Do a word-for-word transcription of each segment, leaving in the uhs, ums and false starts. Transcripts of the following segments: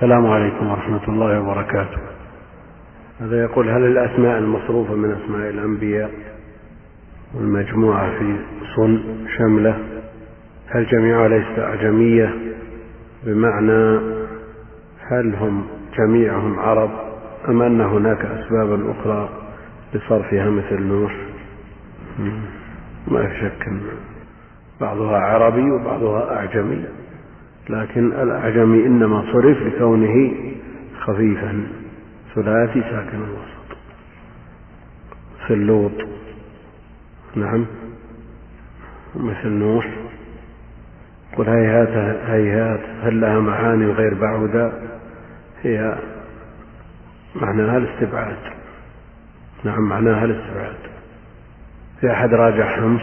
السلام عليكم ورحمة الله وبركاته. هذا يقول: هل الأسماء المصروفة من أسماء الأنبياء والمجموعة في صن شملة هل جميعها ليست أعجمية؟ بمعنى هل هم جميعهم عرب أم أن هناك أسبابا أخرى لصرفها مثل نوح؟ ما في شك بعضها عربي وبعضها أعجمي، لكن الأعجمي إنما صرف لكونه خفيفا ثلاثي ساكن الوسط مثل لوط، نعم، مثل نوح. قل هيهات هيهات هل لها معاني غير بعودة، هي معناها الاستبعاد، نعم معناها الاستبعاد. في أحد راجع حمص؟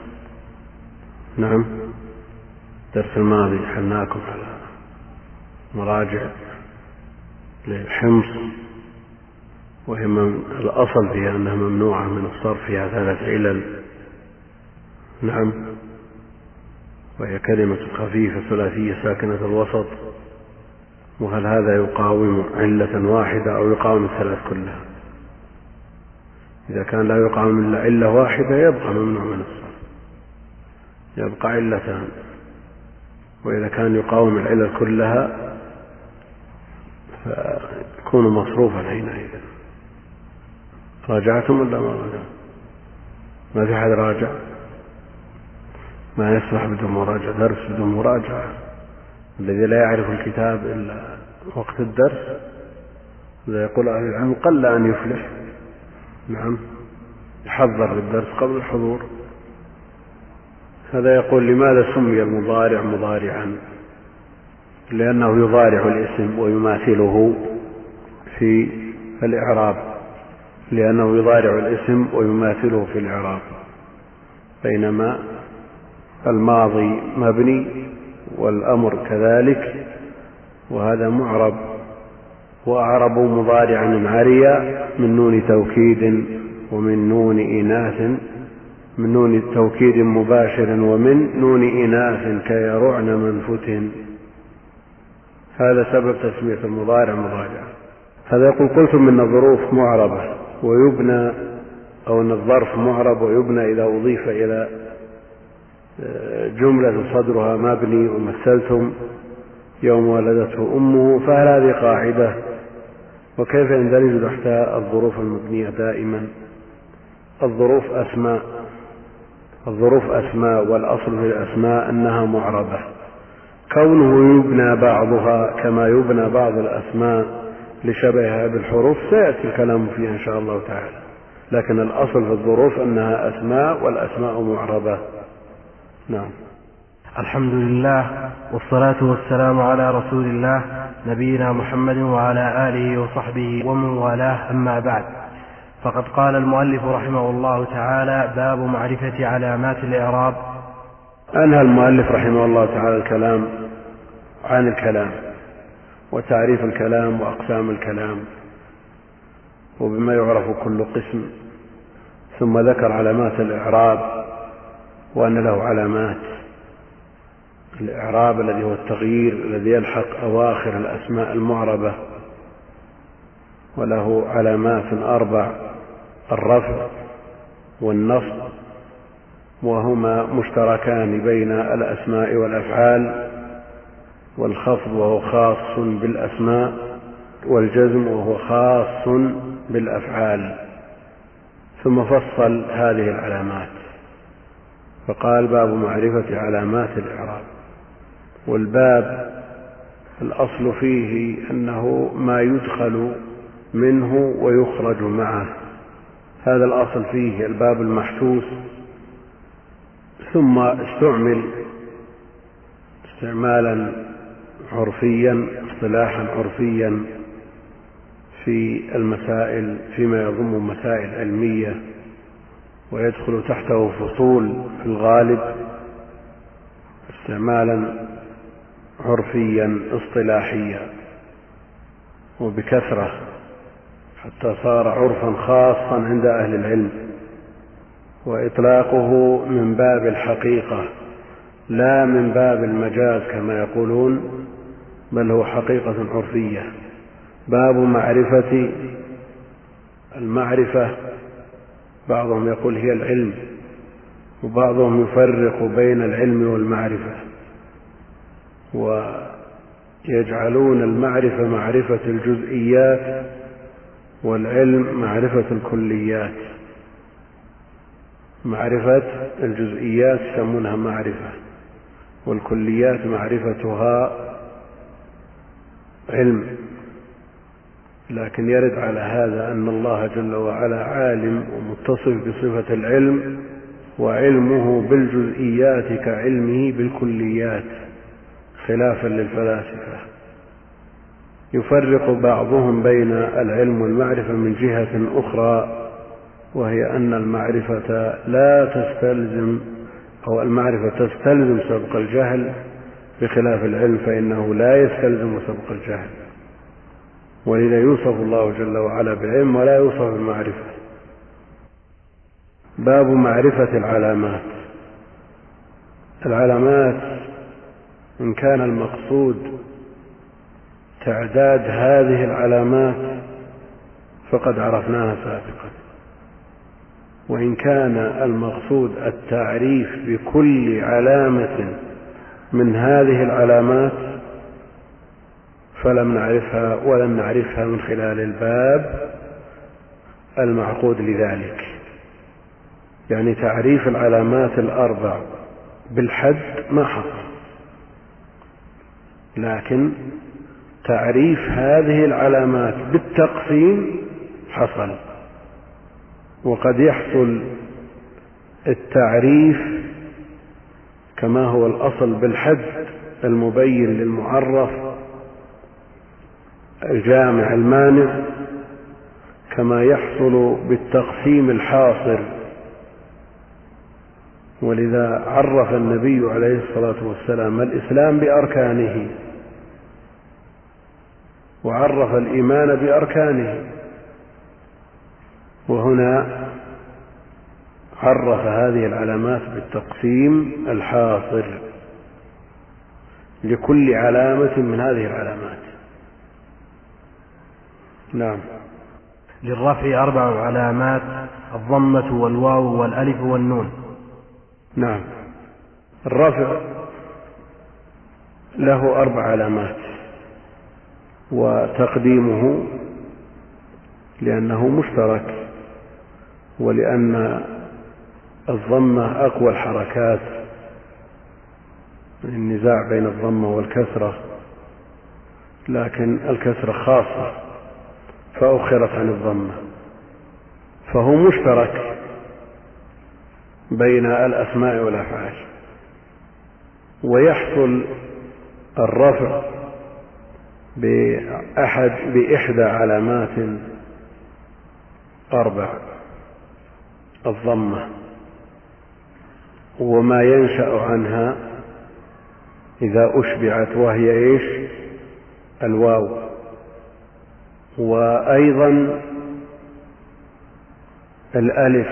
نعم، الدرس الماضي حلناكم على مراجع للحمص، وهي الأصل فيها أنها ممنوعة من الصرف، فيها ثلاث علل، نعم، وهي كلمة خفيفة ثلاثية ساكنة الوسط. وهل هذا يقاوم علة واحدة أو يقاوم الثلاث كلها؟ إذا كان لا يقاوم إلا علة واحدة يبقى ممنوع من الصرف، يبقى علتان. وإذا كان يقاوم العلل كلها فيكون مصروفا حينئذ. راجعتم ولا ما راجعتم؟ ما في أحد راجع؟ ما يصلح بدون مراجعة، درس بدون مراجعة. الذي لا يعرف الكتاب إلا وقت الدرس إذا يقول أهل العلم قل أن يفلح، نعم، يحضر للدرس قبل الحضور. هذا يقول: لماذا سمي المضارع مضارعا؟ لأنه يضارع الاسم ويماثله في الإعراب، لأنه يضارع الاسم ويماثله في الإعراب، بينما الماضي مبني والأمر كذلك، وهذا معرب. وأعرب مضارعا عريا من نون توكيد ومن نون إناث، من نون توكيد مباشر ومن نون إناث كيرعن منفت. هذا سبب تسمية المضارع مضارعا. هذا يقول: قلتم إن الظروف معربة ويبنى، أو أن الظرف معرب ويبنى إذا أضيف إلى جملة صدرها مبني، ومثلتم يوم ولدته أمه، فهل هذه قاعدة؟ وكيف يندرج تحتها الظروف المبنية دائما؟ الظروف أسماء، الظروف أسماء، والأصل في الأسماء أنها معربة. كونه يبنى بعضها كما يبنى بعض الأسماء لشبهها بالحروف سيأتي الكلام فيها إن شاء الله تعالى، لكن الأصل في الظروف أنها أسماء، والأسماء معربة. نعم. الحمد لله والصلاة والسلام على رسول الله نبينا محمد وعلى آله وصحبه ومن والاه، أما بعد. فقد قال المؤلف رحمه الله تعالى: باب معرفة علامات الإعراب. أنهى المؤلف رحمه الله تعالى الكلام عن الكلام وتعريف الكلام وأقسام الكلام وبما يعرف كل قسم، ثم ذكر علامات الإعراب وأن له علامات. الإعراب الذي هو التغيير الذي يلحق أواخر الأسماء المعربة، وله علامات أربع: الرفع والنصب، وهما مشتركان بين الأسماء والأفعال، والخفض وهو خاص بالأسماء، والجزم وهو خاص بالأفعال. ثم فصل هذه العلامات فقال: باب معرفة علامات الإعراب. والباب الأصل فيه أنه ما يدخل منه ويخرج معه، هذا الأصل فيه الباب المحسوس. ثم استعمل استعمالا عرفيا، اصطلاحا عرفيا في المسائل، فيما يضم مسائل علمية ويدخل تحته فصول في الغالب، استعمالا عرفيا اصطلاحيا وبكثرة، حتى صار عرفا خاصا عند أهل العلم، وإطلاقه من باب الحقيقة لا من باب المجاز كما يقولون، بل هو حقيقة عرفية. باب معرفة. المعرفة بعضهم يقول هي العلم، وبعضهم يفرق بين العلم والمعرفة، ويجعلون المعرفة معرفة الجزئيات والعلم معرفة الكليات. معرفة الجزئيات يسمونها معرفة، والكليات معرفتها علم. لكن يرد على هذا أن الله جل وعلا عالم ومتصف بصفة العلم، وعلمه بالجزئيات كعلمه بالكليات، خلافا للفلاسفة. يفرق بعضهم بين العلم والمعرفة من جهة أخرى، وهي أن المعرفة لا تستلزم أو المعرفة تستلزم سبق الجهل، بخلاف العلم فإنه لا يستلزم سبق الجهل، ولذا يوصف الله جل وعلا بالعلم ولا يوصف بالمعرفة. باب معرفة العلامات. العلامات إن كان المقصود تعداد هذه العلامات فقد عرفناها سابقا، وإن كان المقصود التعريف بكل علامة من هذه العلامات فلم نعرفها ولم نعرفها من خلال الباب المعقود لذلك. يعني تعريف العلامات الأربع بالحد ما حصل، لكن تعريف هذه العلامات بالتقسيم حصل. وقد يحصل التعريف كما هو الأصل بالحد المبين للمعرف الجامع المانع، كما يحصل بالتقسيم الحاصر. ولذا عرف النبي عليه الصلاة والسلام الإسلام بأركانه، وعرف الإيمان بأركانه، وهنا عرف هذه العلامات بالتقسيم الحاصر لكل علامة من هذه العلامات. نعم. للرفع أربع علامات: الضمة والواو والألف والنون. نعم. الرفع له أربع علامات، وتقديمه لأنه مشترك، ولأن الضمة أقوى الحركات، النزاع بين الضمة والكسرة، لكن الكسرة خاصة فأخرت عن الضمة، فهو مشترك بين الأسماء والأفعال. ويحصل الرفع بأحد بإحدى علامات أربع: الضمة، وما ينشأ عنها إذا أشبعت، وهي إيش؟ الواو. وأيضا الألف.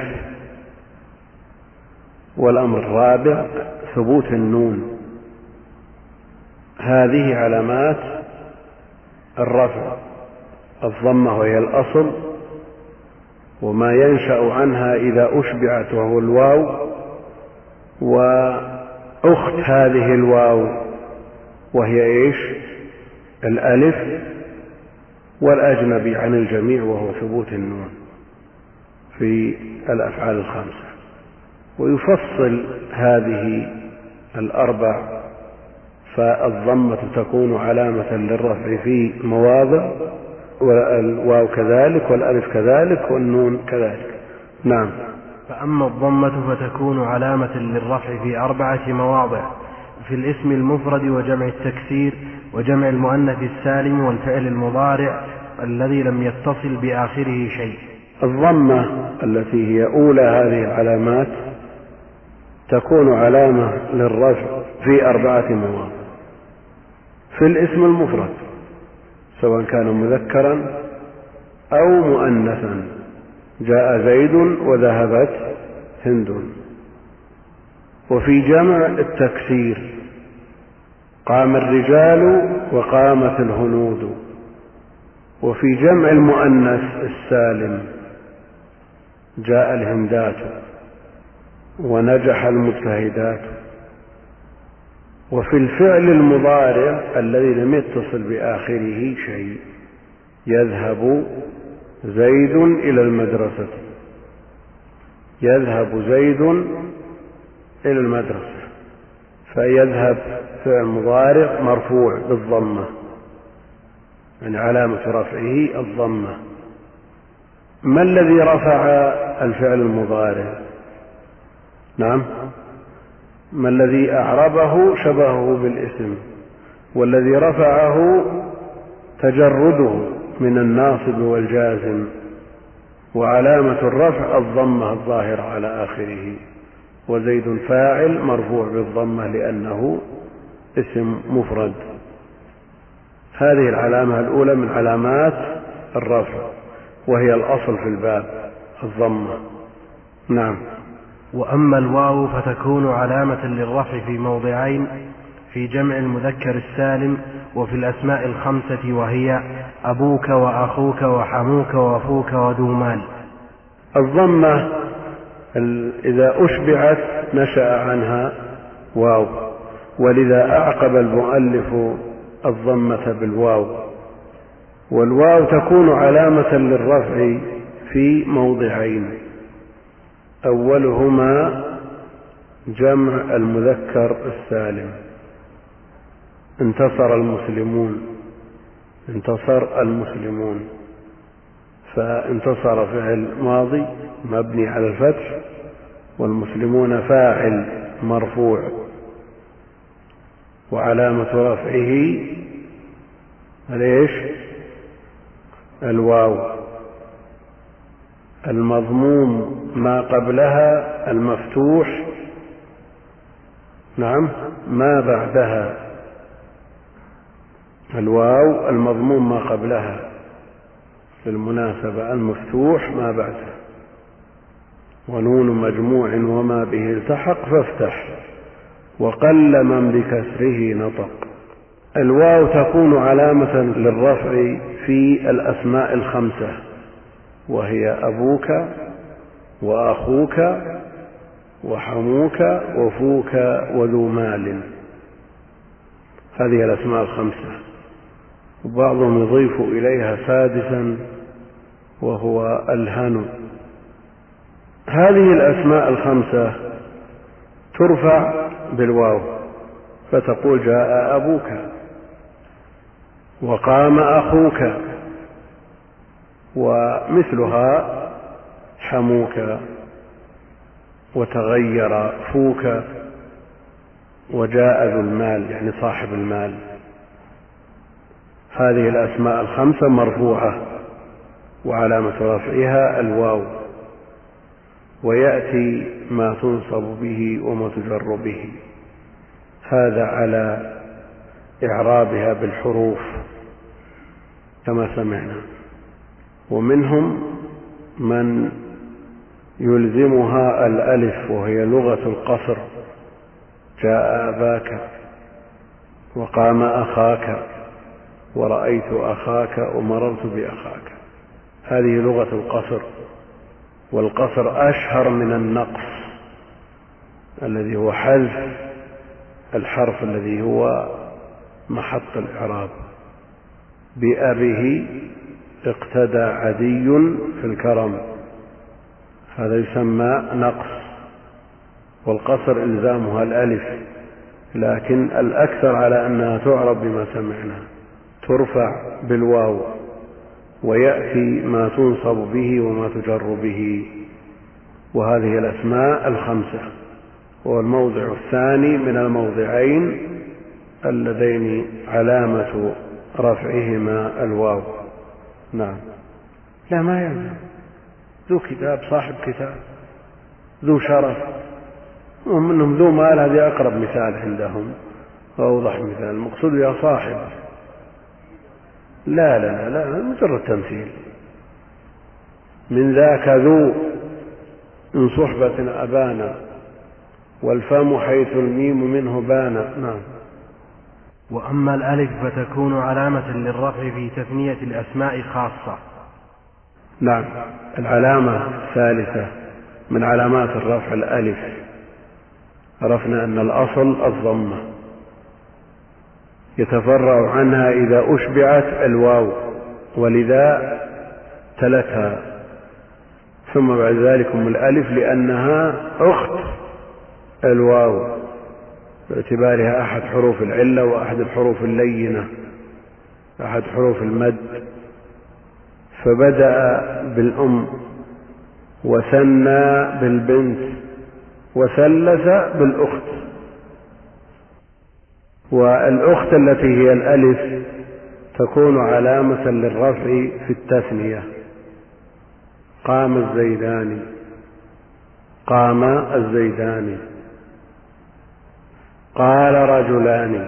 والأمر الرابع ثبوت النون. هذه علامات الرفع: الضمة وهي الأصل، وما ينشأ عنها إذا أشبعت وهو الواو، وأخت هذه الواو وهي إيش؟ الألف، والأجنبي عن الجميع وهو ثبوت النون في الأفعال الخمسة. ويفصل هذه الأربع، فالضمة تكون علامة للرفع في مواضع، والواو كذلك، والألف كذلك، والنون كذلك. نعم. فأما الضمة فتكون علامة للرفع في أربعة مواضع: في الاسم المفرد وجمع التكسير وجمع المؤنث السالم والفعل المضارع الذي لم يتصل بآخره شيء. الضمة التي هي أولى هذه العلامات تكون علامة للرفع في أربعة مواضع: في الاسم المفرد سواء كان مذكرا أو مؤنثا، جاء زيد وذهبت هند. وفي جمع التكسير قام الرجال وقامت الهنود. وفي جمع المؤنث السالم جاء الهندات ونجح المجتهدات. وفي الفعل المضارع الذي لم يتصل بآخره شيء يذهب زيد إلى المدرسة، يذهب زيد إلى المدرسة، فيذهب فعل مضارع مرفوع بالضمة، يعني علامة رفعه الضمة. ما الذي رفع الفعل المضارع؟ نعم، ما الذي أعربه شبهه بالاسم، والذي رفعه تجرده من الناصب والجازم، وعلامة الرفع الضمة الظاهرة على آخره. وزيد فاعل مرفوع بالضمة لأنه اسم مفرد. هذه العلامة الأولى من علامات الرفع، وهي الأصل في الباب الضمة. نعم. وأما الواو فتكون علامة للرفع في موضعين: في جمع المذكر السالم وفي الأسماء الخمسة، وهي أبوك وأخوك وحموك وفوك وذو مال. الضمة إذا أشبعت نشأ عنها واو، ولذا أعقب المؤلف الضمة بالواو. والواو تكون علامة للرفع في موضعين: أولهما جمع المذكر السالم، انتصر المسلمون، انتصر المسلمون، فانتصر فعل ماضي مبني على الفتح، والمسلمون فاعل مرفوع، وعلامة رفعه ليش؟ الواو. المضموم ما قبلها المفتوح، نعم، ما بعدها الواو المضموم ما قبلها، بالمناسبة المفتوح ما بعده. ونون مجموع وما به التحق فافتح، وقل من بكسره نطق. الواو تكون علامة للرفع في الأسماء الخمسة، وهي أبوك وأخوك وحموك وفوك وذو مال. هذه الأسماء الخمسة، وبعضهم يضيف إليها سادسا وهو الهن. هذه الأسماء الخمسة ترفع بالواو، فتقول جاء أبوك وقام أخوك، ومثلها حموك وتغير فوك وجاء ذو المال، يعني صاحب المال. هذه الأسماء الخمسة مرفوعة وعلامة رفعها الواو، ويأتي ما تنصب به وما تجر به، هذا على إعرابها بالحروف كما سمعنا. ومنهم من يلزمها الألف، وهي لغة القصر: جاء أباك وقام أخاك ورأيت أخاك ومررت بأخاك. هذه لغة القصر، والقصر أشهر من النقص الذي هو حذف الحرف الذي هو محط الإعراب. بأبه اقتدى عدي في الكرم، هذا يسمى نقص، والقصر إلزامها الألف، لكن الأكثر على أنها تعرب بما سمعنا، ترفع بالواو، ويأتي ما تنصب به وما تجر به. وهذه الأسماء الخمسة، وهو الموضع الثاني من الموضعين اللذين علامة رفعهما الواو. نعم. لا، ما يلزم. ذو كتاب، صاحب كتاب، ذو شرف، ومنهم ذو مال، هذه أقرب مثال عندهم وأوضح مثال. المقصود يا صاحب. لا لا لا لا، مجرد تمثيل. من ذاك ذو من صحبة أبانا، والفم حيث الميم منه بانا. نعم. وأما الألف فتكون علامة للرفع في تثنية الأسماء خاصة. نعم. العلامة الثالثة من علامات الرفع الألف. عرفنا أن الأصل الضمة، يتفرع عنها إذا أشبعت الواو، ولذا تلتها، ثم بعد ذلك الألف لأنها أخت الواو باعتبارها أحد حروف العلة وأحد الحروف اللينة، أحد حروف المد، فبدأ بالأم وثنى بالبنت وثلث بالأخت. والأخت التي هي الألف تكون علامة للرفع في التثنية. قام الزيدان، قام الزيدان، قال رجلان.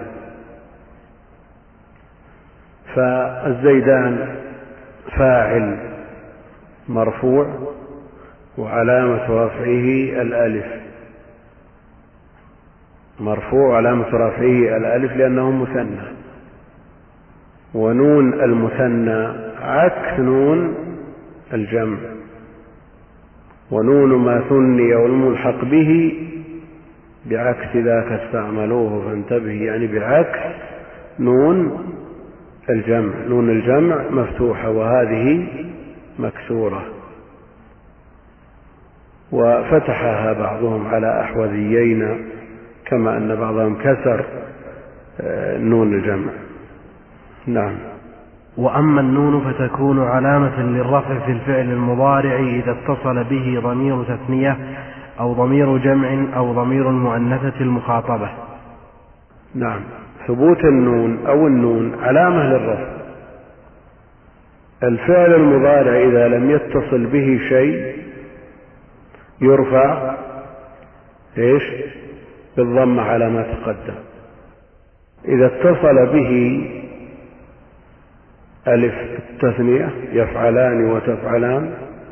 فالزيدان فاعل مرفوع وعلامة رفعه الألف، مرفوع علامة رفعه الألف لأنه مثنى، ونون المثنى عكس نون الجمع، ونون ما ثني والملحق به بعكس ذاك استعملوه فانتبه، يعني بعكس نون الجمع. نون الجمع مفتوحة وهذه مكسورة، وفتحها بعضهم على أحوذيين كما أن بعضهم كسر نون الجمع. نعم. وأما النون فتكون علامة للرفع في الفعل المضارع إذا اتصل به ضمير تثنية أو ضمير جمع أو ضمير المؤنثة المخاطبة. نعم. ثبوت النون أو النون علامة للرفع. الفعل المضارع إذا لم يتصل به شيء يرفع إيش؟ بالضمة على ما تقدم. إذا اتصل به ألف التثنية يفعلان وتفعلان،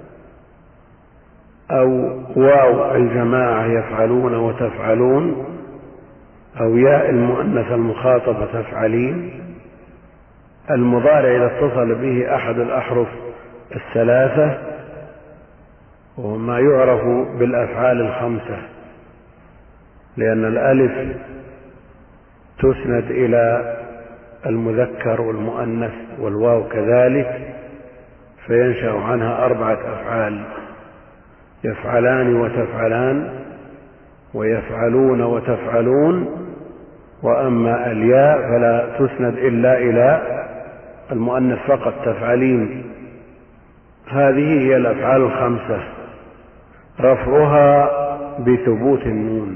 أو واو الجماعة يفعلون وتفعلون، أو ياء المؤنث المخاطبة تفعلين، المضارع إذا اتصل به أحد الأحرف الثلاثة وما يعرف بالأفعال الخمسة، لأن الألف تسند إلى المذكر والمؤنث والواو كذلك، فينشأ عنها أربعة أفعال: يفعلان وتفعلان، ويفعلون وتفعلون، وأما الياء فلا تسند إلا إلى المؤنث فقط، تفعلين. هذه هي الأفعال الخمسة، رفعها بثبوت النون.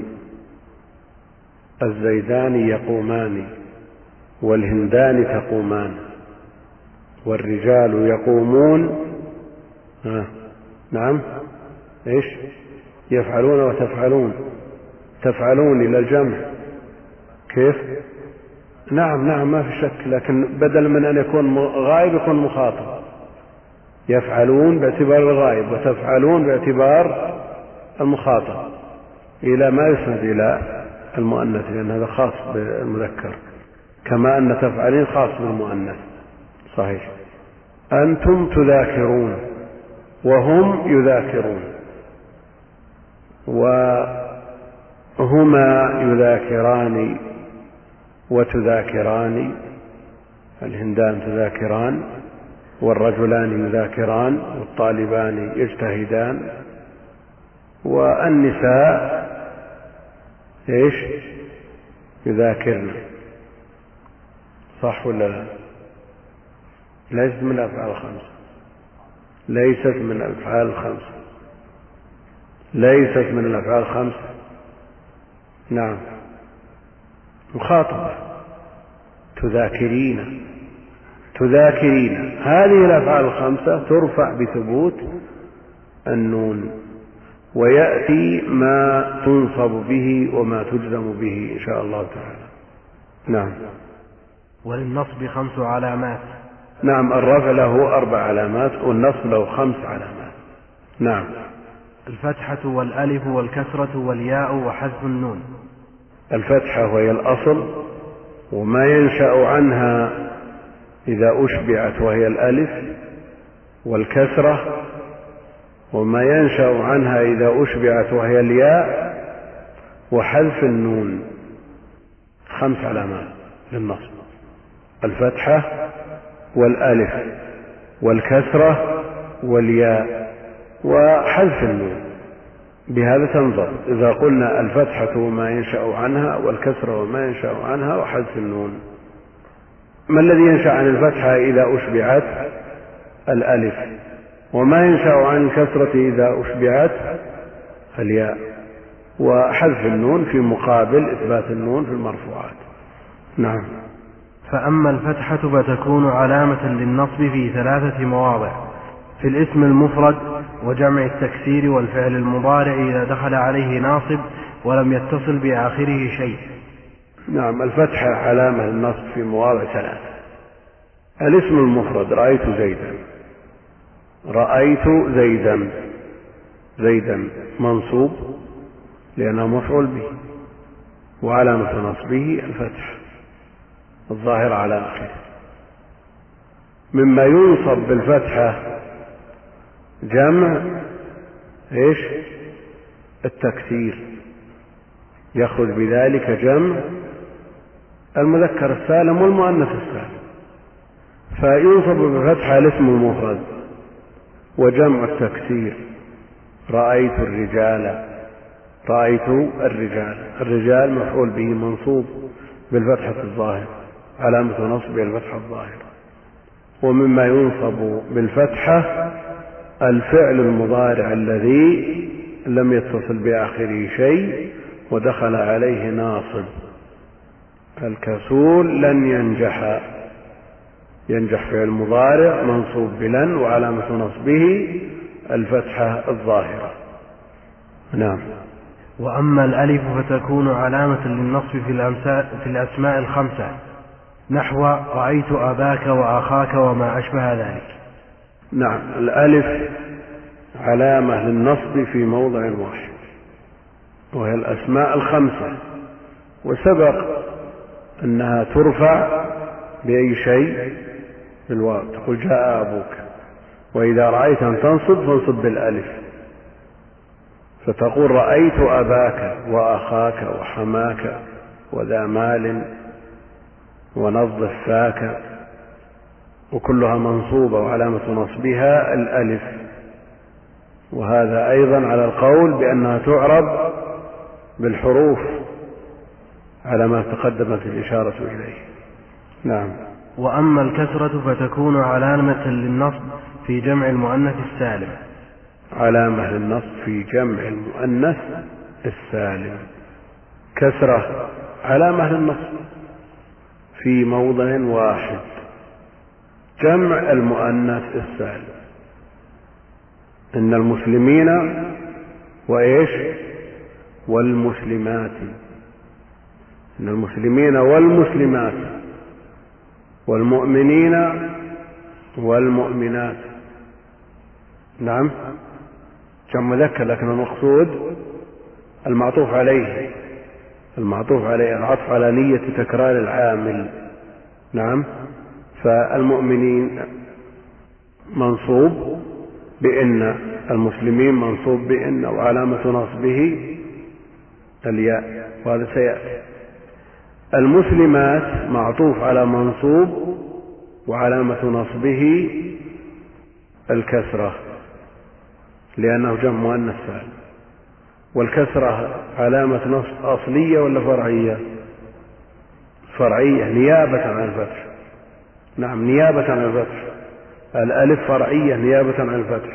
الزيدان يقومان، والهندان تقومان، والرجال يقومون. ها. نعم. إيش؟ يفعلون وتفعلون، تفعلون إلى الجمع. كيف؟ نعم نعم ما في شك، لكن بدل من أن يكون غائب يكون مخاطب. يفعلون باعتبار الغائب، وتفعلون باعتبار المخاطب، إلى ما يسند إلى المؤنث، لأن هذا خاص بالمذكر، كما أن تفعلين خاص بالمؤنث. صحيح. أنتم تذاكرون وهم يذاكرون، وهما يذاكران وتذاكران، الهندان تذاكران، والرجلان يذاكران، والطالبان يجتهدان، والنساء ايش؟ يذاكرن. صح ولا لا؟ ليست من الأفعال الخمسة، ليست من الأفعال الخمسة، ليست من الأفعال الخمسة. نعم. مخاطبة. تذاكرين، تذاكرين، هذه الأفعال الخمسة ترفع بثبوت النون، ويأتي ما تنصب به وما تجزم به إن شاء الله تعالى. نعم. وللنصب خمس علامات. نعم. الرفع له أربع علامات، والنصب له خمس علامات. نعم. الفتحة والألف والكسرة والياء وحذف النون. الفتحة وهي الأصل، وما ينشأ عنها إذا أشبعت وهي الألف والكسرة، وما ينشأ عنها إذا أشبعت وهي الياء، وحذف النون. خمس علامات للنصب: الفتحة والألف والكسرة والياء وحذف النون. بهذا تنظر. إذا قلنا الفتحة وما ينشأ عنها، والكسرة وما ينشأ عنها، وحذف النون. ما الذي ينشأ عن الفتحة إذا أشبعت؟ الألف. وما ينشأ عن الكسرة إذا أشبعت؟ الياء. وحذف النون في مقابل إثبات النون في المرفوعات. نعم. فأما الفتحة فتكون علامة للنصب في ثلاثة مواضع: في الاسم المفرد وجمع التكسير والفعل المضارع إذا دخل عليه ناصب ولم يتصل بآخره شيء. نعم. الفتحة علامة للنصب في مواضع ثلاثة: الاسم المفرد: رأيت زيدا، رأيت زيدا، زيدا منصوب لأنه مفعول به، وعلامة نصبه الفتح الظاهر على آخره. مما ينصب بالفتحة جمع ايش؟ التكسير، يخرج بذلك جمع المذكر السالم والمؤنث السالم. فينصب بالفتحة الاسم المفرد وجمع التكسير: رأيت الرجال، رأيت الرجال، الرجال مفعول به منصوب بالفتحة الظاهرة، علامة نصبه الفتحة الظاهرة. ومما ينصب بالفتحة الفعل المضارع الذي لم يتصل بآخره شيء ودخل عليه ناصب: الكسول لن ينجح، ينجح فعل مضارع منصوب بلن وعلامة نصبه الفتحة الظاهرة. نعم. وأما الألف فتكون علامة للنصب في الأسماء الخمسة، نحو رأيت أباك وأخاك وما أشبه ذلك. نعم. الألف علامة للنصب في موضع واحد وهي الأسماء الخمسة، وسبق أنها ترفع بأي شيء؟ بالواو. تقول جاء أبوك. وإذا رأيت أن تنصب فانصب بالألف، فتقول رأيت أباك وأخاك وحماك وذا مال ونظف فاك، وكلها منصوبة وعلامة نصبها الألف. وهذا أيضا على القول بأنها تعرب بالحروف على ما تقدمت الإشارة إليه. نعم. وأما الكسرة فتكون علامة للنصب في جمع المؤنث السالم. علامة للنصب في جمع المؤنث السالم. كسرة علامة للنصب في موضع واحد: جمع المؤنث السالم. إن المسلمين وإيش؟ والمسلمات. إن المسلمين والمسلمات، والمؤمنين والمؤمنات. نعم. جمع مذكر، لكن المقصود المعطوف عليه، المعطوف عليه العطف على نية تكرار العامل. نعم. فالمؤمنين منصوب بإن، المسلمين منصوب بإن وعلامة نصبه الياء، وهذا سيأتي. المسلمات معطوف على منصوب وعلامة نصبه الكسرة لأنه جمع مؤنث سالم. والكسرة علامة نصب أصلية ولا فرعية؟ فرعية، نيابة عن الفتح. نعم، نيابة عن الفتح. الألف فرعية نيابة عن الفتح.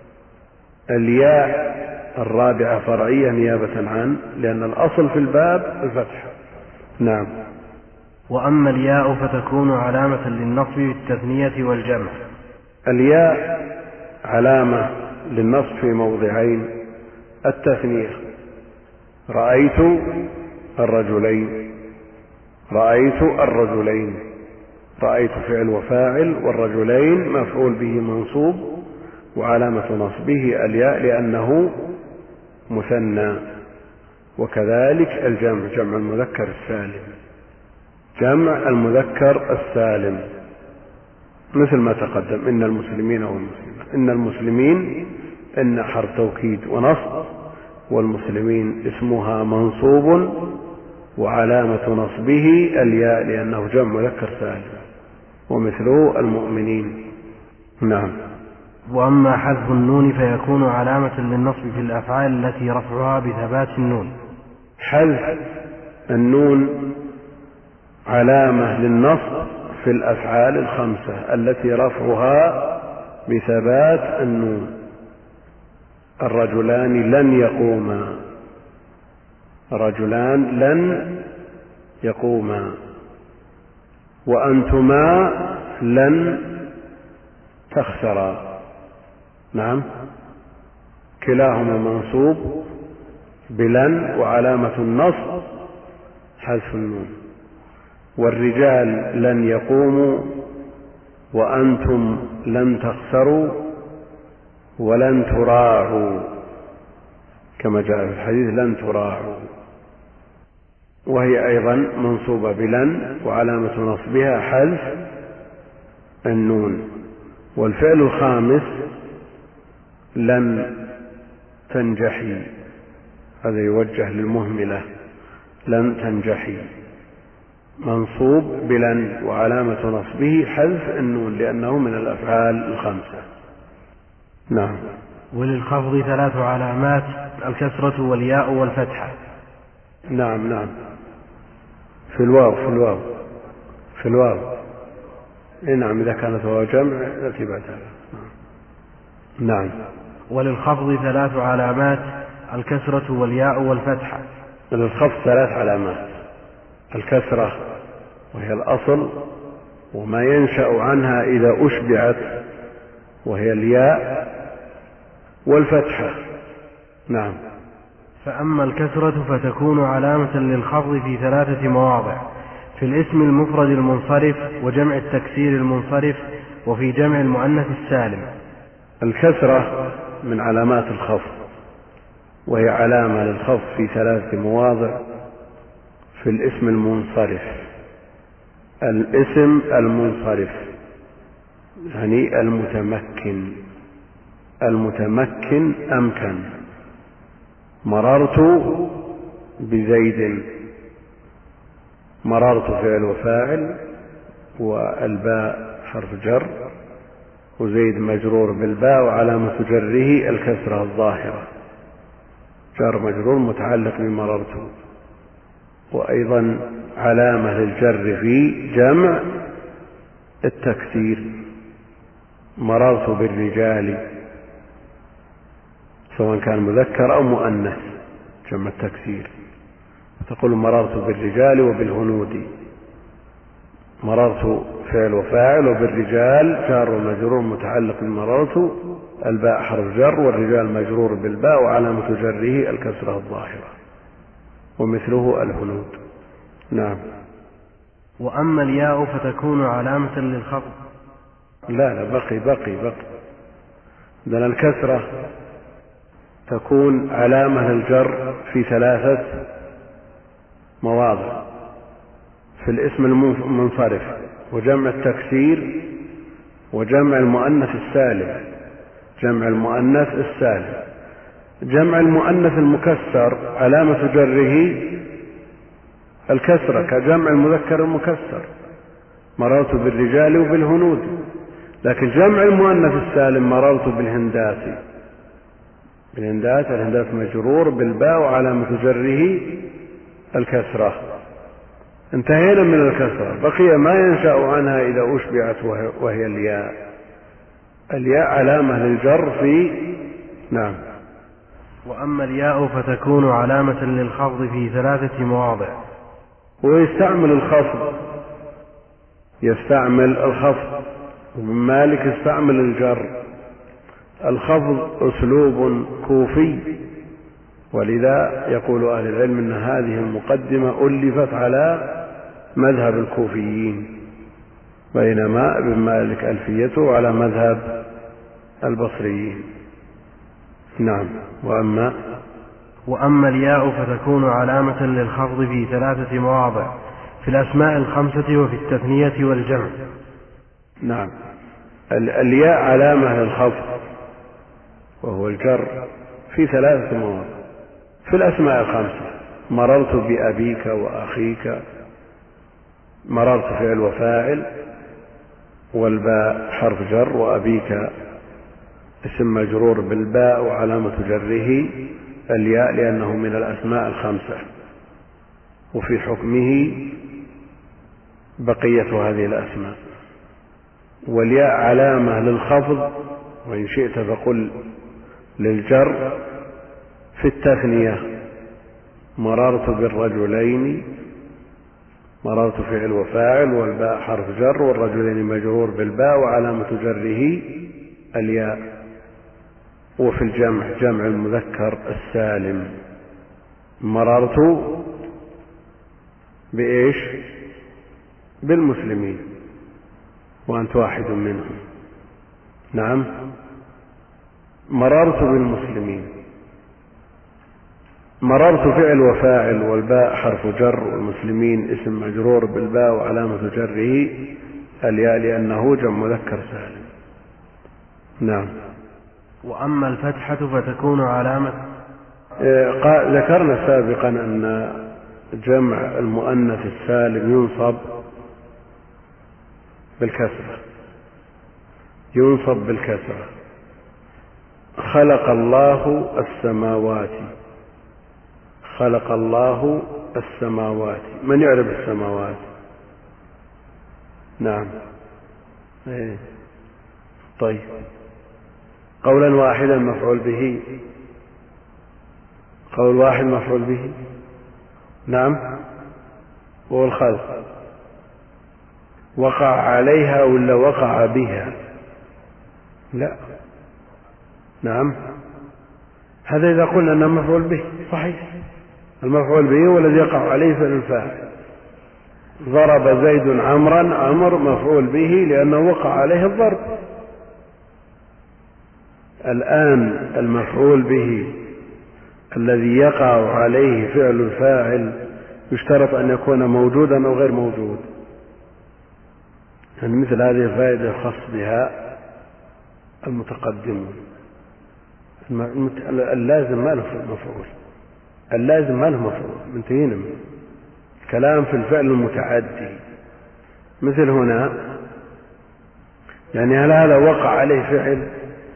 الياء الرابعة فرعية نيابة عن، لأن الأصل في الباب الفتح. نعم. وأما الياء فتكون علامة للنصب بالتثنية والجمع. الياء علامة للنصب في موضعين: التثنية: رأيت الرجلين، رأيت الرجلين، رأيت فعل وفاعل، والرجلين مفعول به منصوب وعلامة نصبه الياء لأنه مثنى. وكذلك الجمع، جمع المذكر السالم: جمع المذكر السالم، مثل ما تقدم إن المسلمين والمسلمات. إن المسلمين إن حرف توكيد ونصب، والمسلمين اسمها منصوب وعلامة نصبه الياء لأنه جمع مذكر سالم، ومثله المؤمنين. نعم. وأما حذف النون فيكون علامة للنصب في الأفعال التي رفعها بثبات النون. حذف النون علامة للنصب في الأفعال الخمسة التي رفعها بثبات النون. الرجلان لن يقوما، رجلان لن يقوما، وأنتما لن تخسرا. نعم، كلاهما منصوب بلن وعلامة النصب حذف النون. والرجال لن يقوموا، وأنتم لن تخسروا، ولن تراعوا، كما جاء في الحديث لن تراعوا، وهي أيضا منصوبة بلن وعلامة نصبها حذف النون. والفعل الخامس لن تنجحي، هذا يوجه للمهملة، لن تنجحي، منصوب بلن وعلامة نصبه حذف النون لأنه من الأفعال الخمسة. نعم. وللخفض ثلاث علامات: الكسرة والياء والفتحة. نعم نعم، في الواو في الواو في الواو نعم، إذا كانت واو جمع التي بعدها. نعم. وللخفض ثلاث علامات: الكسرة والياء والفتحة. للخفض ثلاث علامات: الكسرة وهي الأصل، وما ينشأ عنها إذا أشبعت وهي الياء، والفتحة. نعم. فأما الكسرة فتكون علامة للخفض في ثلاثة مواضع: في الاسم المفرد المنصرف، وجمع التكسير المنصرف، وفي جمع المؤنث السالم. الكسرة من علامات الخفض، وهي علامة للخفض في ثلاثة مواضع: في الاسم المنصرف، الاسم المنصرف يعني المتمكن، المتمكن أمكن. مررت بزيد، مررت فعل وفاعل، والباء حرف جر، وزيد مجرور بالباء وعلامة جره الكسرة الظاهرة، جر مجرور متعلق بمررت. وأيضا علامة للجر في جمع التكسير: مررت بالرجال، سواء كان مذكر أو مؤنث جمع التكسير، تقول مررت بالرجال وبالهنود. مررت فعل وفاعل، وبالرجال جار ومجرور متعلق بمررت، الباء حرف جر، والرجال مجرور بالباء وعلامة جره الكسرة الظاهرة، ومثله الهنود. نعم. وأما الياء فتكون علامة للخفض. لا لا، بقي بقي بقي لأن الكسرة تكون علامة للجر في ثلاثة مواضع: في الاسم المنصرف، وجمع التكسير، وجمع المؤنث السالم. جمع المؤنث السالم، جمع المؤنث المكسر علامة جره الكسرة كجمع المذكر المكسر: مررت بالرجال وبالهنود. لكن جمع المؤنث السالم: مررت بالهندات. بالهندات، الهندات مجرور بالباء وعلامة جره الكسرة. انتهينا من الكسرة، بقي ما ينشأ عنها إذا أشبعت وهي الياء. الياء علامة للجر في. نعم. وأما الياء فتكون علامة للخفض في ثلاثة مواضع. ويستعمل الخفض، يستعمل الخفض، وابن مالك يستعمل الجر. الخفض أسلوب كوفي، ولذا يقول أهل العلم أن هذه المقدمة ألفت على مذهب الكوفيين، بينما ابن مالك ألفيته على مذهب البصريين. نعم. وأما وأما الياء فتكون علامة للخفض في ثلاثة مواضع: في الأسماء الخمسة وفي التثنية والجمع. نعم. الياء علامة للخفض وهو الجر في ثلاثة مواضع في الأسماء الخمسة. مررت بأبيك وأخيك، مررت فعل وفاعل، والباء حرف جر، وأبيك اسم مجرور بالباء وعلامة جره الياء لأنه من الأسماء الخمسة، وفي حكمه بقية هذه الأسماء. والياء علامة للخفض، وإن شئت فقل للجر في التثنية. مررت بالرجلين، مررت فعل وفاعل والباء حرف جر والرجلين مجرور بالباء وعلامة جره الياء. وفي الجمع جمع المذكر السالم مررت بإيش؟ بالمسلمين وأنت واحد منهم. نعم، مررت بالمسلمين. مررت فعل وفاعل والباء حرف جر والمسلمين اسم مجرور بالباء وعلامة جره الياء لأنه جمع مذكر سالم. نعم. وأما الفتحة فتكون علامة. ذكرنا سابقا أن جمع المؤنث السالم ينصب بالكسرة، ينصب بالكسرة. خلق الله السماوات، خلق الله السماوات. من يعرف السماوات؟ نعم. ايه. طيب، قولا واحدا مفعول به، قول واحد مفعول به. نعم. وهو الخلق. وقع عليها ولا وقع بها؟ لا. نعم، هذا إذا قلنا أنه مفعول به صحيح. المفعول به هو الذي يقع عليه فعل الفاعل. ضرب زيد عمرا، عمر مفعول به لأنه وقع عليه الضرب. الآن المفعول به الذي يقع عليه فعل الفاعل يشترط أن يكون موجودا أو غير موجود. يعني مثل هذه الفائدة خاص بها المتقدمون. اللازم ما له مفعول، اللازم ما له مفعول، منتهينا منه. الكلام في الفعل المتعدي مثل هنا، يعني هل هذا وقع عليه فعل؟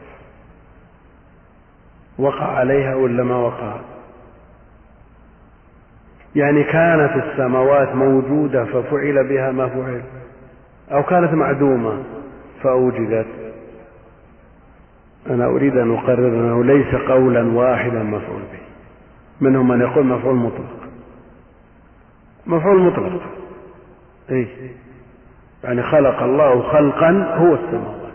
وقع عليها ولا ما وقع؟ يعني كانت السماوات موجودة ففعل بها ما فعل، أو كانت معدومة فأوجدت. أنا أريد أن أقرر أنه ليس قولا واحدا مفعول به. منهم من يقول مفعول مطلق، مفعول مطلق. إيه؟ يعني خلق الله خلقا هو السماوات.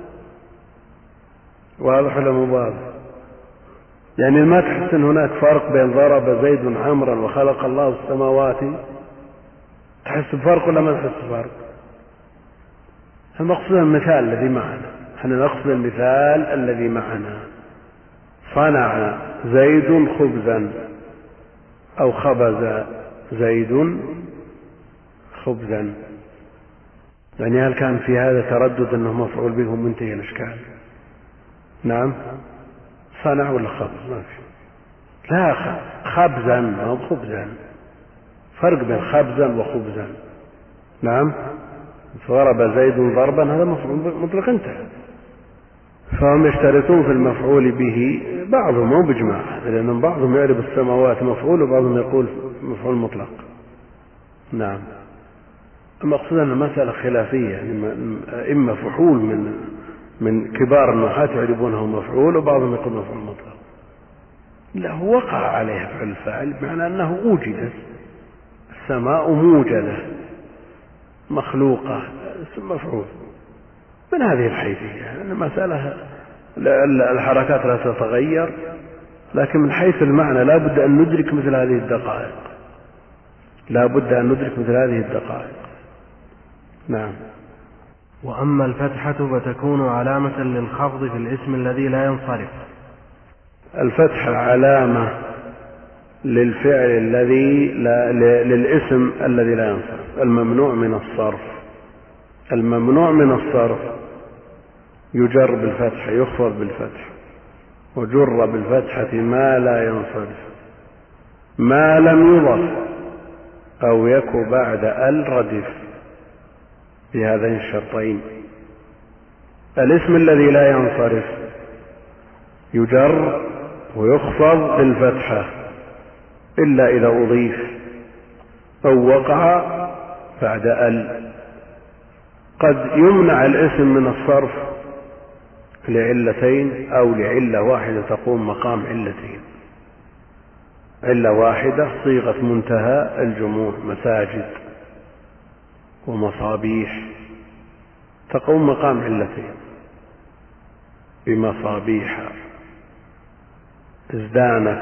واضح ولا مو واضح؟ يعني ما تحس أن هناك فرق بين ضرب زيد عمرا وخلق الله السماوات؟ تحس بفرق ولا ما تحس بفرق؟ المقصود المثال الذي معنا، احنا نقصد المثال الذي معنا. صنع زيد خبزا أو خبز زيد خبزا. يعني هل كان في هذا تردد أنه مفعول به ومنتهي الإشكال؟ نعم. صنع ولا خبز؟ ما في. لا، خبزا ما هو خبزا. فرق بين خبزا وخبزا. نعم. ضرب زيد ضربا هذا مفعول مطلق انتهى. فهم يشترطون في المفعول به، بعضهم مو بجماعة، لأن بعضهم يعرف السماوات مفعول وبعضهم يقول مفعول مطلق. نعم. المقصود أن المسألة خلافية، يعني إما فحول من من كبار النحاة يعرفونه مفعول وبعضهم يقول مفعول مطلق. لا، هو وقع عليها فعل الفاعل بمعنى أنه وجدت السماء موجدة مخلوقة اسم مفعول من هذه الحيثية. يعني المسألة الحركات لا تتغير، لكن من حيث المعنى لا بد أن ندرك مثل هذه الدقائق، لا بد أن ندرك مثل هذه الدقائق. نعم. وأما الفتحة فتكون علامة للخفض في الاسم الذي لا ينصرف. الفتحة علامة للفعل الذي لا للاسم الذي لا ينصرف. الممنوع من الصرف الممنوع من الصرف يجر بالفتح، يخفض بالفتح، وجر بالفتحة ما لا ينصرف ما لم يضف أو يك بعد ال ردف بهذين الشرطين. الاسم الذي لا ينصرف يجر ويخفض بالفتحة إلا إذا أضيف أو وقع بعد ال. قد يمنع الاسم من الصرف لعلتين أو لعلة واحدة تقوم مقام علتين. علة واحدة صيغة منتهى الجموع، مساجد ومصابيح، تقوم مقام علتين. بمصابيح ازدانت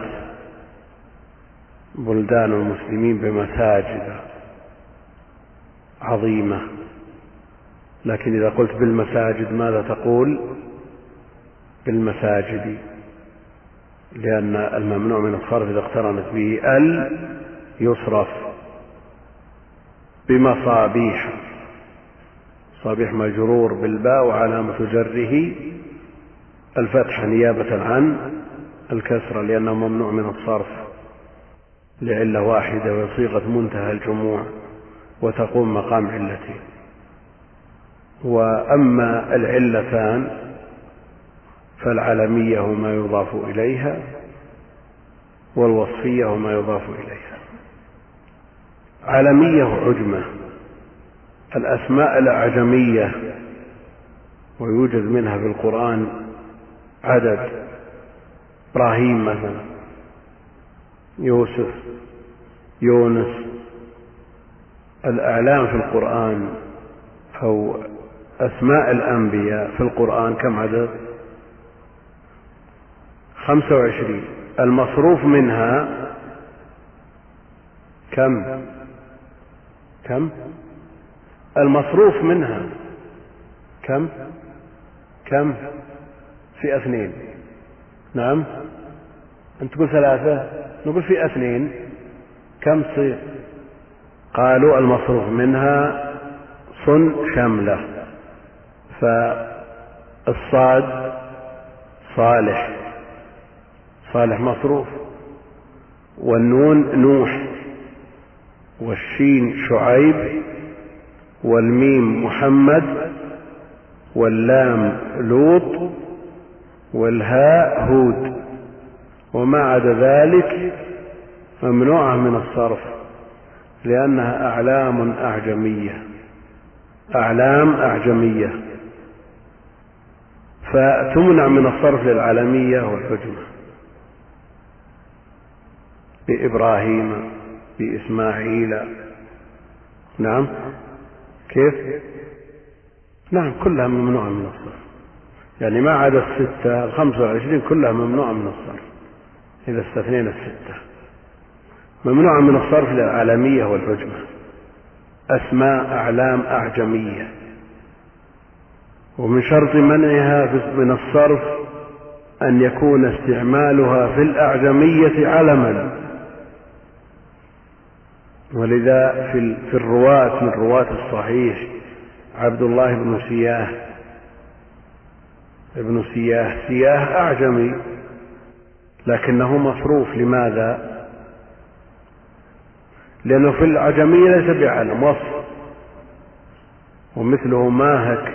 بلدان المسلمين بمساجد عظيمة، لكن إذا قلت بالمساجد ماذا تقول؟ بالمساجد، لأن الممنوع من الصرف إذا اقترنت به ال يصرف. بمصابيح، صابيح مجرور بالباء وعلامة جره الفتحة نيابة عن الكسرة لأنه ممنوع من الصرف لعلة واحدة وصيغة منتهى الجموع وتقوم مقام علتين. وأما العلتان فالعلمية ما يضاف إليها والوصفية ما يضاف إليها. علمية وعجمة، الأسماء الأعجمية ويوجد منها في القرآن عدد، إبراهيم مثلا، يوسف، يونس. الأعلام في القرآن أو أسماء الأنبياء في القرآن كم عدد؟ خمسة وعشرين. المصروف منها كم؟ كم؟ المصروف منها كم؟ كم؟ في اثنين. نعم، أنت تقول ثلاثة، نقول في اثنين. كم تصير؟ قالوا المصروف منها صن شملة، فالصاد صالح، صالح مصروف، والنون نوح، والشين شعيب، والميم محمد، واللام لوط، والهاء هود. وما عدا ذلك ممنوعة من الصرف لأنها أعلام أعجمية، أعلام أعجمية، فتمنع من الصرف للعلمية والعجمة. بإبراهيم، بإسماعيل. نعم، كيف؟ نعم، كلها ممنوعة من الصرف، يعني ما عدا الستة الخمسة والعشرين كلها ممنوعة من الصرف إذا استثنينا الستة. ممنوعة من الصرف للعلمية والعجمة، أسماء أعلام أعجمية. ومن شرط منعها من الصرف أن يكون استعمالها في الأعجمية علما. ولذا في الرواة من رواة الصحيح عبد الله بن سياه ابن سياه سياه أعجمي لكنه مصروف. لماذا؟ لأنه في الأعجمية ليس بعلم، وصف. ومثله ماهك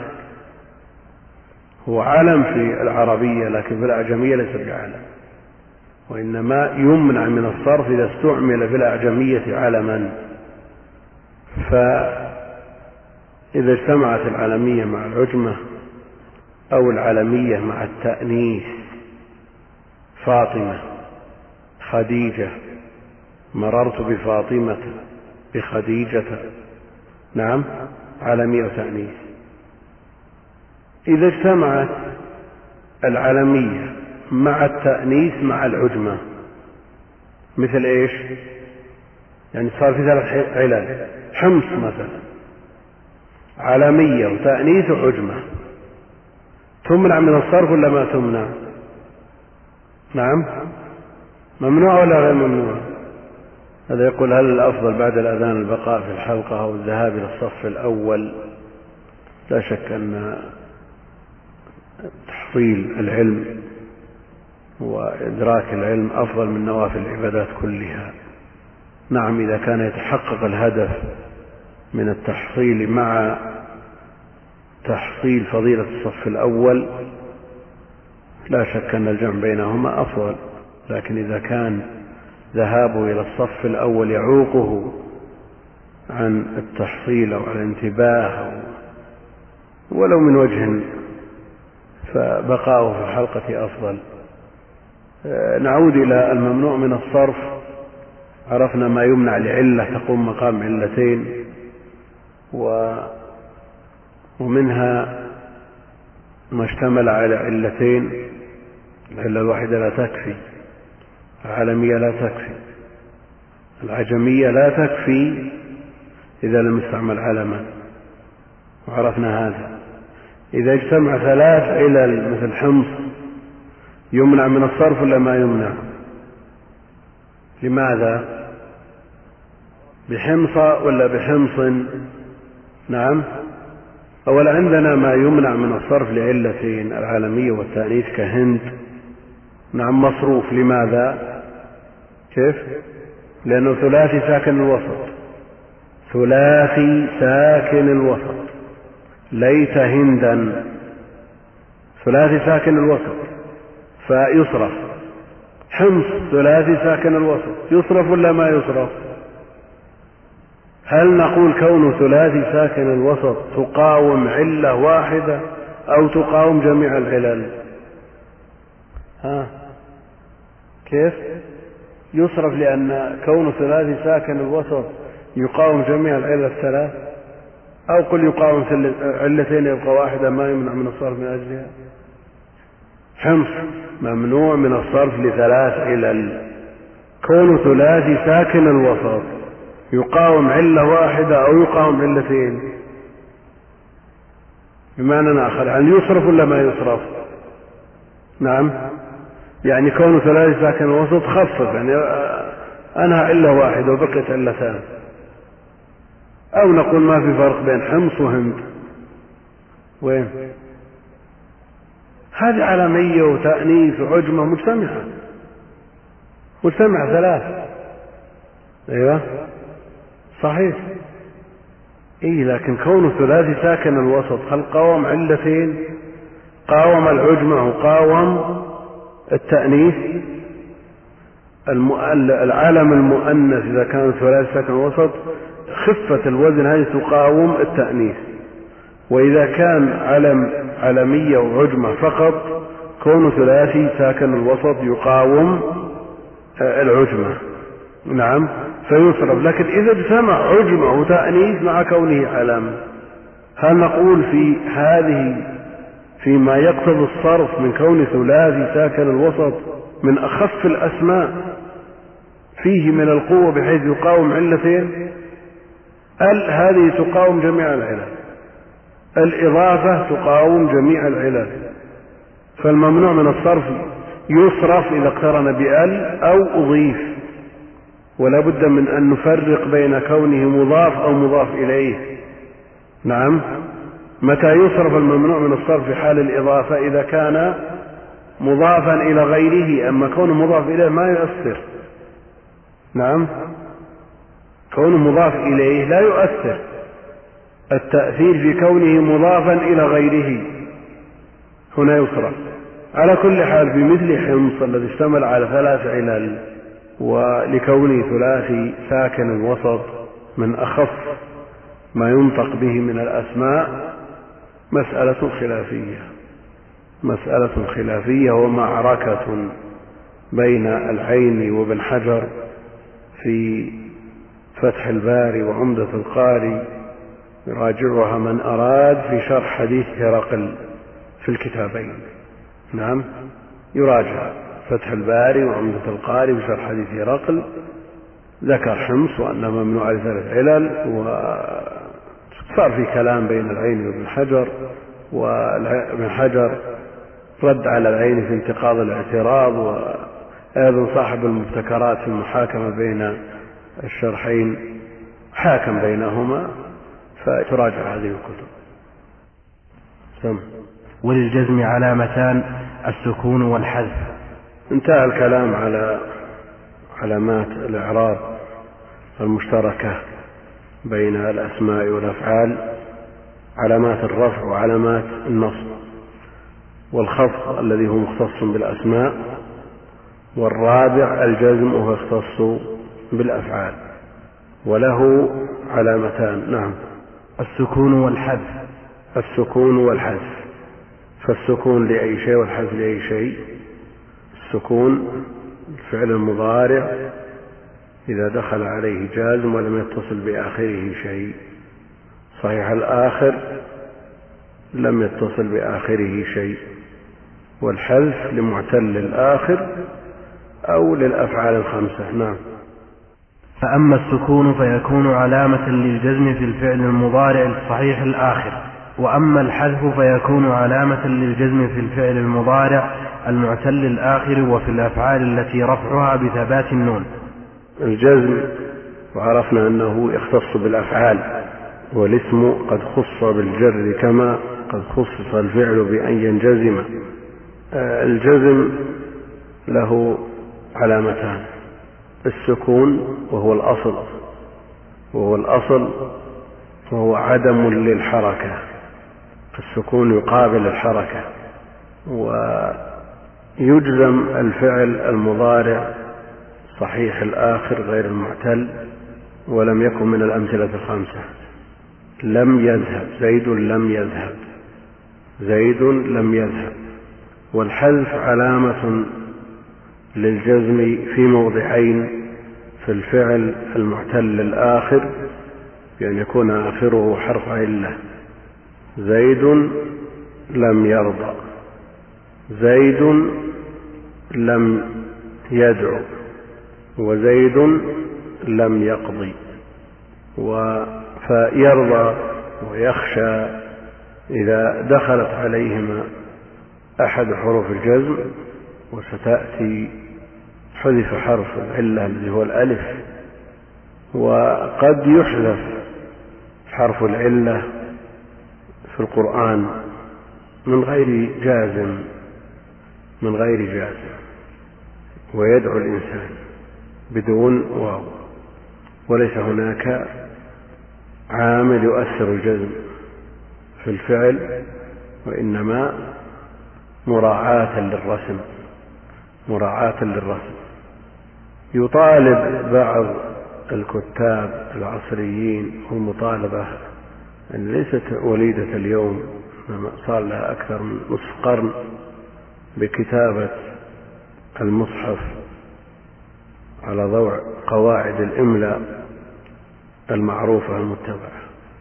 هو علم في العربية لكن في الأعجمية ليس بعلم، وإنما يمنع من الصرف إذا استعمل في الأعجمية علما. فإذا اجتمعت العلمية مع العجمة أو العلمية مع التأنيث، فاطمة، خديجة، مررت بفاطمة، بخديجة، نعم، علمية وتأنيث. إذا اجتمعت العلمية مع التأنيث مع العجمة، مثل إيش؟ يعني صار في ثلاث علل. حمص مثلا علمية وتأنيث وعجمة، تمنع من الصرف ولا ما تمنع؟ نعم، ممنوع ولا غير ممنوع؟ هذا يقول: هل الأفضل بعد الأذان البقاء في الحلقة أو الذهاب إلى الصف الأول؟ لا شك أن تحصيل العلم وإدراك العلم أفضل من نوافل العبادات كلها. نعم، إذا كان يتحقق الهدف من التحصيل مع تحصيل فضيلة الصف الأول لا شك أن الجمع بينهما أفضل، لكن إذا كان ذهابه إلى الصف الأول يعوقه عن التحصيل أو عن الانتباه ولو من وجه، فبقاؤه في الحلقة أفضل. نعود إلى الممنوع من الصرف. عرفنا ما يمنع لعلة تقوم مقام علتين، ومنها ما اشتمل على علتين. العلة الواحدة لا تكفي، العالمية لا تكفي، العجمية لا تكفي إذا لم يستعمل علما، وعرفنا هذا. إذا اجتمع ثلاث علل مثل حمص يمنع من الصرف ولا ما يمنع؟ لماذا؟ بحمص ولا بحمص؟ نعم. أولا عندنا ما يمنع من الصرف لعلتين، العالمية والتأنيث كهند. نعم مصروف. لماذا؟ كيف؟ لأنه ثلاثي ساكن الوسط، ثلاثي ساكن الوسط. ليت هندا ثلاثي ساكن الوسط فيصرف. حمص ثلاثي ساكن الوسط، يصرف ولا ما يصرف؟ هل نقول كون ثلاثي ساكن الوسط تقاوم علة واحدة أو تقاوم جميع العلل؟ ها كيف؟ يصرف لأن كون ثلاثي ساكن الوسط يقاوم جميع العلل الثلاث، أو قل يقاوم علتين يبقى واحدة ما يمنع من الصرف من أجلها. حمص ممنوع من الصرف لثلاث علل. كون ثلاثي ساكن الوسط يقاوم علة واحدة أو يقاوم علتين، بمعنى آخر هل يصرف ولا ما يصرف؟ نعم، يعني كون ثلاثي ساكن الوسط خفف، يعني أنهى علة واحدة وبقيت علتان. أو نقول ما في فرق بين حمص وهند. وين؟ هذه علامية وتأنيث وعجمة مجتمعة، مجتمعة ثلاث. أيوة صحيح. إيه، لكن كون ثلاثي ساكن الوسط هل قاوم علتين؟ قاوم العجمة وقاوم التأنيث. العالم المؤنث إذا كان ثلاثي ساكن الوسط خفة الوزن هذه تقاوم التأنيث، وإذا كان علم علمية وعجمة فقط كون ثلاثي ساكن الوسط يقاوم العجمة. نعم فيصرف. لكن إذا اجتمع عجمة وتأنيث مع كونه علم، هل نقول في هذه فيما يقتضي الصرف من كون ثلاثي ساكن الوسط من أخف الأسماء فيه من القوة بحيث يقاوم علتين؟ ال هذه تقاوم جميع العلل، الإضافة تقاوم جميع العلل، فالممنوع من الصرف يصرف إذا اقترن بال أو أضيف، ولا بد من أن نفرق بين كونه مضاف أو مضاف إليه. نعم، متى يصرف الممنوع من الصرف في حال الإضافة؟ إذا كان مضافا إلى غيره، أما كونه مضاف إليه ما يؤثر. نعم، كونه مضاف إليه لا يؤثر، التأثير في كونه مضافا إلى غيره هنا يصرف. على كل حال في مثل حمص الذي اشتمل على ثلاث علل ولكونه ثلاثي ساكن الوسط من أخف ما ينطق به من الأسماء مسألة خلافية، مسألة خلافية ومعركة بين العين وابن حجر في فتح الباري وعمدة القاري، يراجعها من أراد في شرح حديث هرقل في الكتابين. نعم، يراجع فتح الباري وعمدة القاري في شرح حديث هرقل، ذكر حمص وأنه ممنوع لثلاث علل، وصار في كلام بين العين وابن حجر، وابن حجر رد على العين في انتقاض الاعتراض، وأيضا صاحب المبتكرات في المحاكمة بين الشرحين حاكم بينهما فتراجع هذه الكتب. سم. وللجزم علامتان: السكون والحذف. انتهى الكلام على علامات الإعراب المشتركة بين الأسماء والأفعال، علامات الرفع وعلامات النصب والخفض الذي هو مختص بالأسماء، والرابع الجزم وهو يختص بالأفعال وله علامتان. نعم. السكون والحذف. السكون والحذف، فالسكون لأي شيء والحذف لأي شيء. السكون الفعل المضارع إذا دخل عليه جازم ولم يتصل بآخره شيء، صحيح الآخر لم يتصل بآخره شيء. والحذف لمعتل الآخر أو للأفعال الخمسة. نعم. فأما السكون فيكون علامة للجزم في الفعل المضارع الصحيح الآخر، وأما الحذف فيكون علامة للجزم في الفعل المضارع المعتل الآخر وفي الأفعال التي رفعها بثبات النون. الجزم وعرفنا أنه يختص بالأفعال، والاسم قد خص بالجر كما قد خصص الفعل بأن ينجزم. الجزم له علامتان: السكون وهو الأصل وهو الأصل وهو عدم للحركة. السكون يقابل الحركة، ويجزم الفعل المضارع صحيح الآخر غير المعتل ولم يكن من الأمثلة الخمسة. لم يذهب زيد، لم يذهب زيد، لم يذهب. والحذف علامة للجزم في موضعين: في الفعل المعتل الآخر بأن يكون آخره حرف علة: زيد لم يرضى، زيد لم يدعو، وزيد لم يقضي. فيرضى ويخشى إذا دخلت عليهما أحد حروف الجزم، وستأتي حذف حرف العلة الذي هو الألف. وقد يحذف حرف العلة في القرآن من غير جازم من غير جازم ويدعو الإنسان بدون واو، وليس هناك عامل يؤثر الجزم في الفعل، وإنما مراعاة للرسم مراعاة للرسم. يطالب بعض الكتاب العصريين والمطالبة أن ليست وليدة اليوم، صار لها أكثر من نصف قرن، بكتابة المصحف على ضوء قواعد الإملاء المعروفة المتبعة.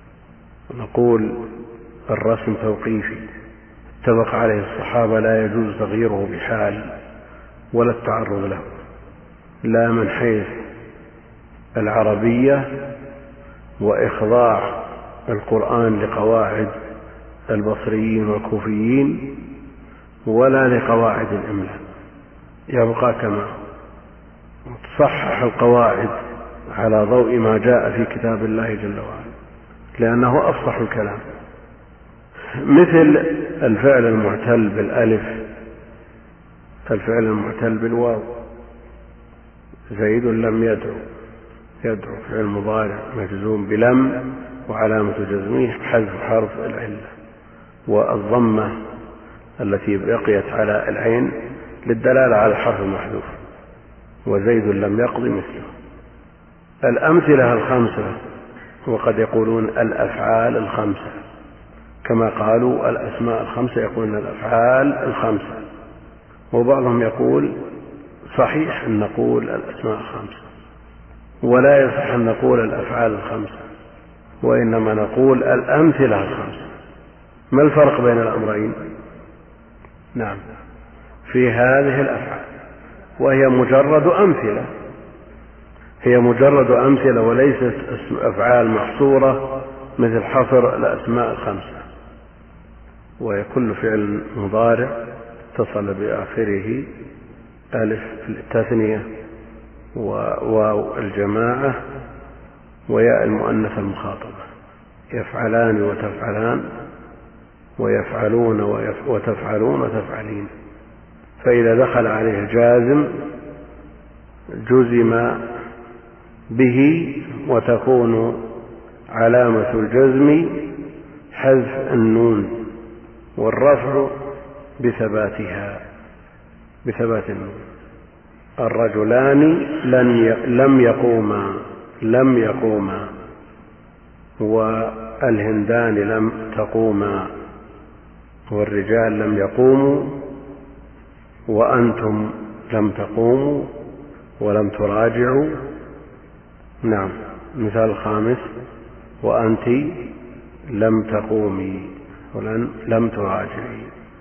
نقول الرسم توقيفي اتفق عليه الصحابة، لا يجوز تغييره بحال ولا التعرض له، لا من حيث العربية وإخضاع القرآن لقواعد البصريين والكوفيين، ولا لقواعد الإملاء، يبقى كما تصحح القواعد على ضوء ما جاء في كتاب الله جل وعلا، لأنه أفصح الكلام. مثل الفعل المعتل بالألف، الفعل المعتل بالواو: زيد لم يدعو، يدعو فعل مضارع مجزوم بلم وعلامة جزمه حذف حرف العلة، والضمة التي بقيت على العين للدلالة على الحرف المحذوف. وزيد لم يقضي مثله. الأمثلة الخمسة، وقد يقولون الأفعال الخمسة، كما قالوا الأسماء الخمسة يقولون الأفعال الخمسة، وبعضهم يقول صحيح أن نقول الأسماء الخمسة، ولا يصح أن نقول الأفعال الخمسة، وإنما نقول الأمثلة الخمسة. ما الفرق بين الأمرين؟ نعم، في هذه الأفعال، وهي مجرد أمثلة هي مجرد أمثلة وليست أفعال محصورة مثل حصر الأسماء الخمسة. وكل فعل مضارع اتصل بآخره ألف في التثنية وواو الجماعة وياء المؤنث المخاطبة، يفعلان وتفعلان ويفعلون وتفعلون وتفعلين. فإذا دخل عليه جازم جزم به، وتكون علامة الجزم حذف النون والرفع بثباتها بثبات النون. الرجلان لم يقوما لم يقوما والهندان لم تقوما والرجال لم يقوموا وأنتم لم تقوموا ولم تراجعوا. نعم. مثال الخامس وأنت لم تقومي ولن لم تراجعي.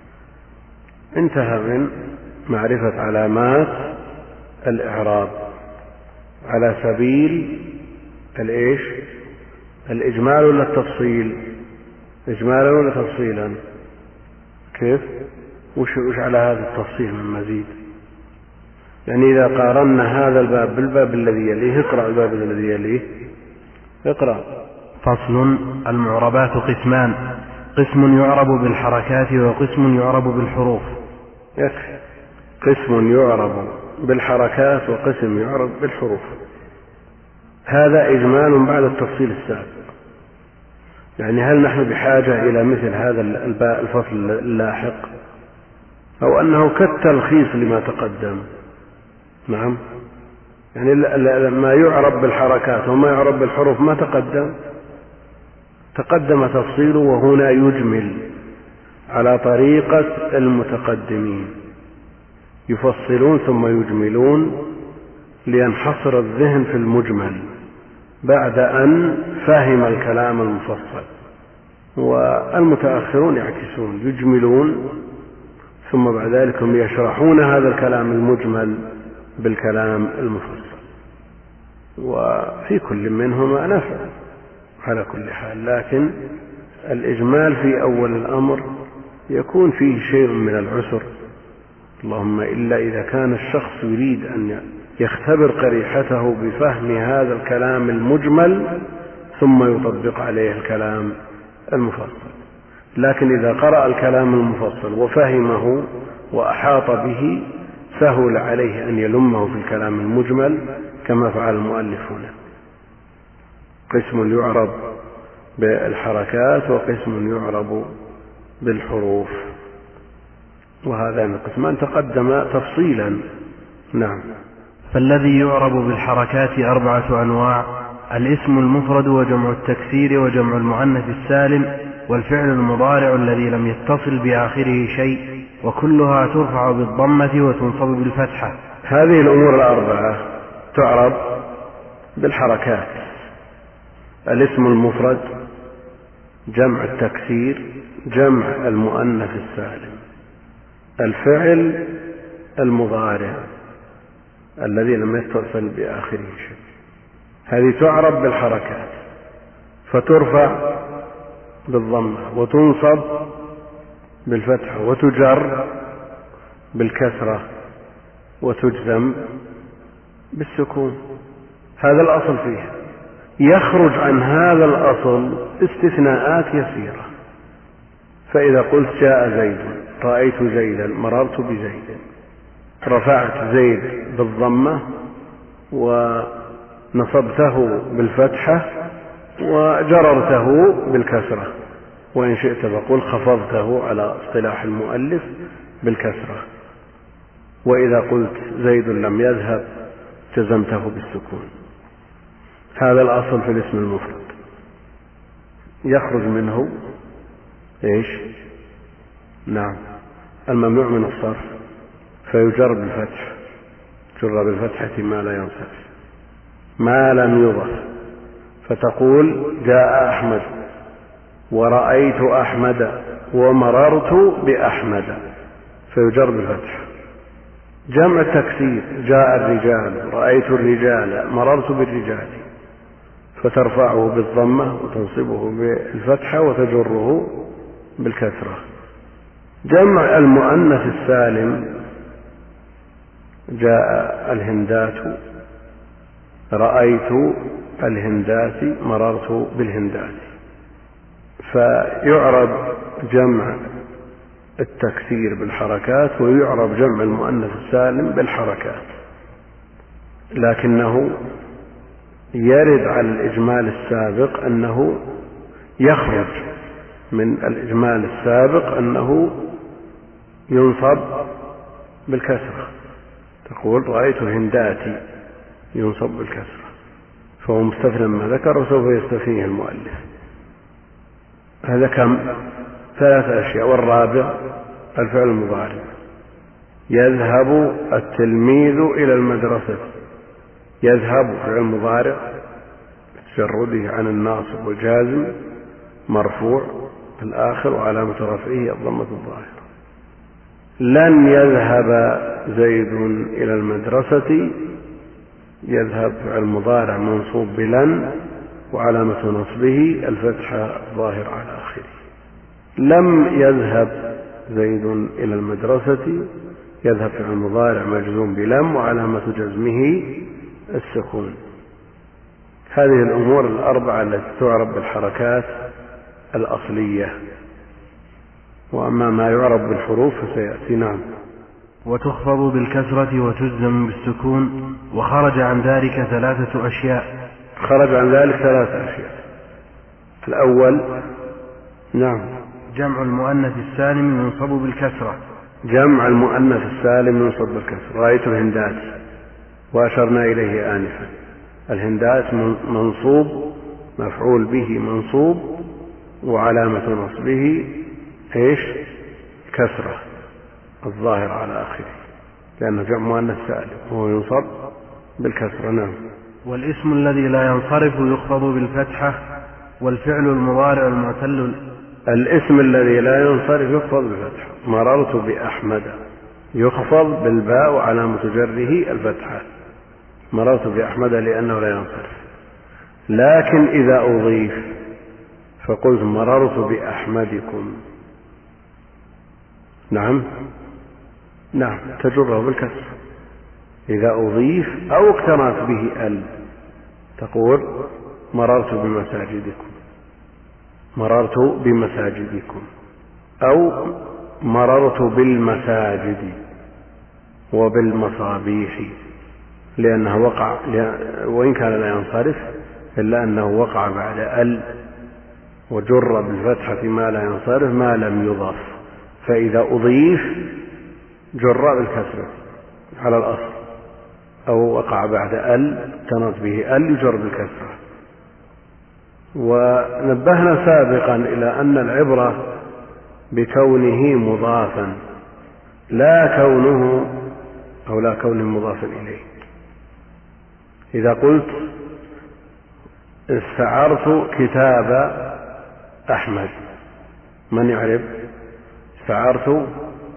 انتهى من معرفة علامات الإعراب على سبيل الإيش؟ الإجمال ولا التفصيل؟ إجمالا ولا تفصيلا؟ كيف؟ وش, وش على هذا التفصيل من مزيد؟ يعني إذا قارنا هذا الباب بالباب الذي يليه، اقرأ الباب الذي يليه، اقرأ. فصل. المعربات قسمان: قسم يعرب بالحركات وقسم يعرب بالحروف. يكفي. قسم يعرب بالحركات وقسم يعرب بالحروف. هذا إجمال بعد التفصيل السابق. يعني هل نحن بحاجة إلى مثل هذا الفصل اللاحق، أو أنه كالتلخيص لما تقدم؟ نعم. يعني ما يعرب بالحركات وما يعرب بالحروف ما تقدم تقدم تفصيله، وهنا يجمل على طريقة المتقدمين، يفصلون ثم يجملون لينحصر الذهن في المجمل بعد أن فهم الكلام المفصل. والمتأخرون يعكسون، يجملون ثم بعد ذلك هم يشرحون هذا الكلام المجمل بالكلام المفصل، وفي كل منهما نفع على كل حال. لكن الإجمال في أول الأمر يكون فيه شيء من العسر، اللهم إلا إذا كان الشخص يريد أن يختبر قريحته بفهم هذا الكلام المجمل ثم يطبق عليه الكلام المفصل. لكن إذا قرأ الكلام المفصل وفهمه وأحاط به سهل عليه أن يلمه في الكلام المجمل كما فعل المؤلف هنا. قسم يعرب بالحركات وقسم يعرب بالحروف، وهذان القسمان تقدم تفصيلا. نعم. فالذي يعرب بالحركات أربعة أنواع: الاسم المفرد وجمع التكسير وجمع المؤنث السالم والفعل المضارع الذي لم يتصل بآخره شيء، وكلها ترفع بالضمة وتنصب بالفتحة. هذه الأمور الأربعة تعرب بالحركات: الاسم المفرد، جمع التكسير، جمع المؤنث السالم، الفعل المضارع الذي لم يتصل بآخره شيء. هذه تعرب بالحركات، فترفع بالضمة وتنصب بالفتحة وتجر بالكسرة وتجزم بالسكون. هذا الأصل فيها. يخرج عن هذا الأصل استثناءات يسيرة. فإذا قلت جاء زيد، رأيت زيدا، مررت بزيد، رفعت زيد بالضمة ونصبته بالفتحة وجررته بالكسرة، وإن شئت فقل خفضته على اصطلاح المؤلف بالكسرة. وإذا قلت زيد لم يذهب جزمته بالسكون. هذا الأصل في الاسم المفرد. يخرج منه إيش؟ نعم، الممنوع من الصرف، فيجر بالفتح، جر بالفتحة ما لا ينصرف، ما لم يضف، فتقول جاء أحمد ورأيت أحمد ومررت بأحمد، فيجر بالفتح. جمع التكسير: جاء الرجال، رأيت الرجال، مررت بالرجال، فترفعه بالضمة وتنصبه بالفتحة وتجره بالكسرة. جمع المؤنث السالم: جاء الهندات رأيت الهنداتي مررت بالهنداتي. فيعرب جمع التكسير بالحركات ويعرب جمع المؤنث السالم بالحركات، لكنه يرد على الإجمال السابق أنه يخرج من الإجمال السابق أنه ينصب بالكسرة. تقول رأيت الهنداتي ينصب بالكسرة، فهو مستثنى ما ذكر وسوف يستثنيه المؤلف. هذا كم؟ ثلاثة أشياء. والرابع الفعل المضارع. يذهب التلميذ إلى المدرسة. يذهب فعل مضارع تجرده عن الناصب والجازم مرفوع في الآخر وعلامة رفعه الضمة الظاهرة. لن يذهب زيد إلى المدرسة. يذهب فعل مضارع منصوب بلن وعلامة نصبه الفتحة الظاهرة على آخره. لم يذهب زيد إلى المدرسة. يذهب فعل مضارع مجزوم بلم وعلامة جزمه السكون. هذه الأمور الأربعة التي تعرب بالحركات الأصلية. وأما ما يعرب بالحروف فسيأتي. نعم. وتخفض بالكسرة وتجزم بالسكون. وخرج عن ذلك ثلاثة أشياء. خرج عن ذلك ثلاثة أشياء. الأول نعم جمع المؤنث السالم ينصب بالكسرة. جمع المؤنث السالم ينصب بالكسرة. رأيت الهندات وأشرنا إليه آنفا. الهندات منصوب مفعول به منصوب وعلامة نصبه ايش؟ كسرة الظاهر على آخره لأنه جمع مؤنث سالم وهو ينصب بالكسرة. نعم. والاسم الذي لا ينصرف يخفض بالفتحة. والفعل المضارع المعتل. الاسم الذي لا ينصرف يخفض بالفتحة. مررت بأحمد يخفض بالباء وعلامة جره الفتحة. مررت بأحمد لأنه لا ينصرف. لكن إذا أضيف فقلت مررت بأحمدكم. نعم نعم تجره بالكسر إذا أضيف أو اقترنت به ال. تقول مررت بمساجدكم. مررت بمساجدكم أو مررت بالمساجد وبالمصابيح لأنه وقع وإن كان لا ينصرف إلا أنه وقع بعد ال وجر بالفتحة ما لا ينصرف ما لم يضاف. فإذا أضيف جر بالكسر على الأصل أو وقع بعد ال اقترنت به ال يجر بالكسر. ونبهنا سابقا إلى أن العبرة بكونه مضافا لا كونه أو لا كونه مضافا إليه. إذا قلت استعرت كتاب أحمد من يعرف؟ استعرت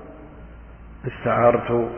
استعرت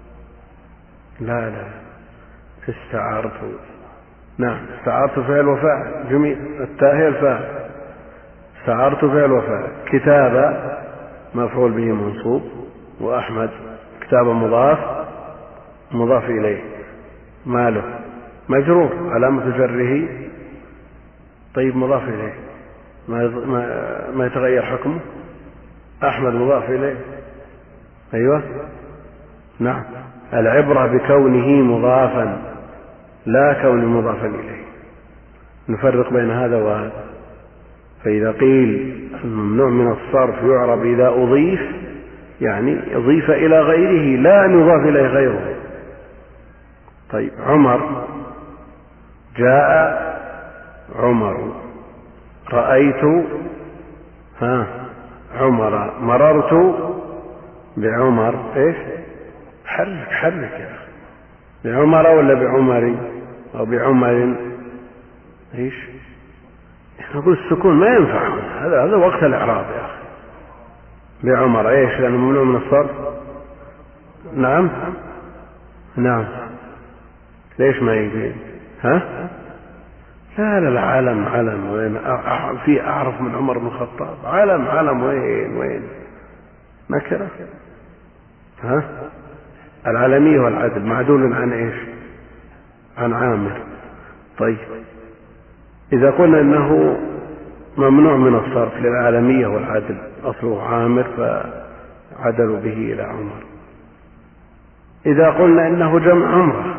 لا لا استعرت. نعم استعرت فعل وفاعل. جميل. التاء هي الفاعل. استعرت فعل وفاعل. كتاب مفعول به منصوب وأحمد كتاب مضاف مضاف إليه ماله مجرور علامة جره. طيب مضاف إليه ما ما يتغير حكمه. أحمد مضاف إليه. أيوة نعم. العبرة بكونه مضافا لا كون مضافا إليه. نفرق بين هذا وهذا. فإذا قيل الممنوع من الصرف يعرب إذا أضيف يعني أضيف إلى غيره لا أن يضاف إليه غيره. طيب عمر جاء عمر. رأيت ها عمر. مررت بعمر. ايش؟ حرك حرك يا أخي. بعمر ولا بعمر أو بعمر؟ ايش؟ نقول السكون ما ينفع. هذا هذا وقت الإعراب يا أخي. بعمر ايش؟ لأنه ممنوع من الصرف. نعم نعم. ليش ما يجي؟ ها؟ لا لا لا علم علم وين في أعرف من عمر بن الخطاب. علم علم وين وين نكرة. ها؟ العالمية والعدل معدول عن ايش؟ عن عامر. طيب إذا قلنا إنه ممنوع من الصرف للعالمية والعدل، أصله عامر فعدلوا به إلى عمر. إذا قلنا إنه جمع عمرة،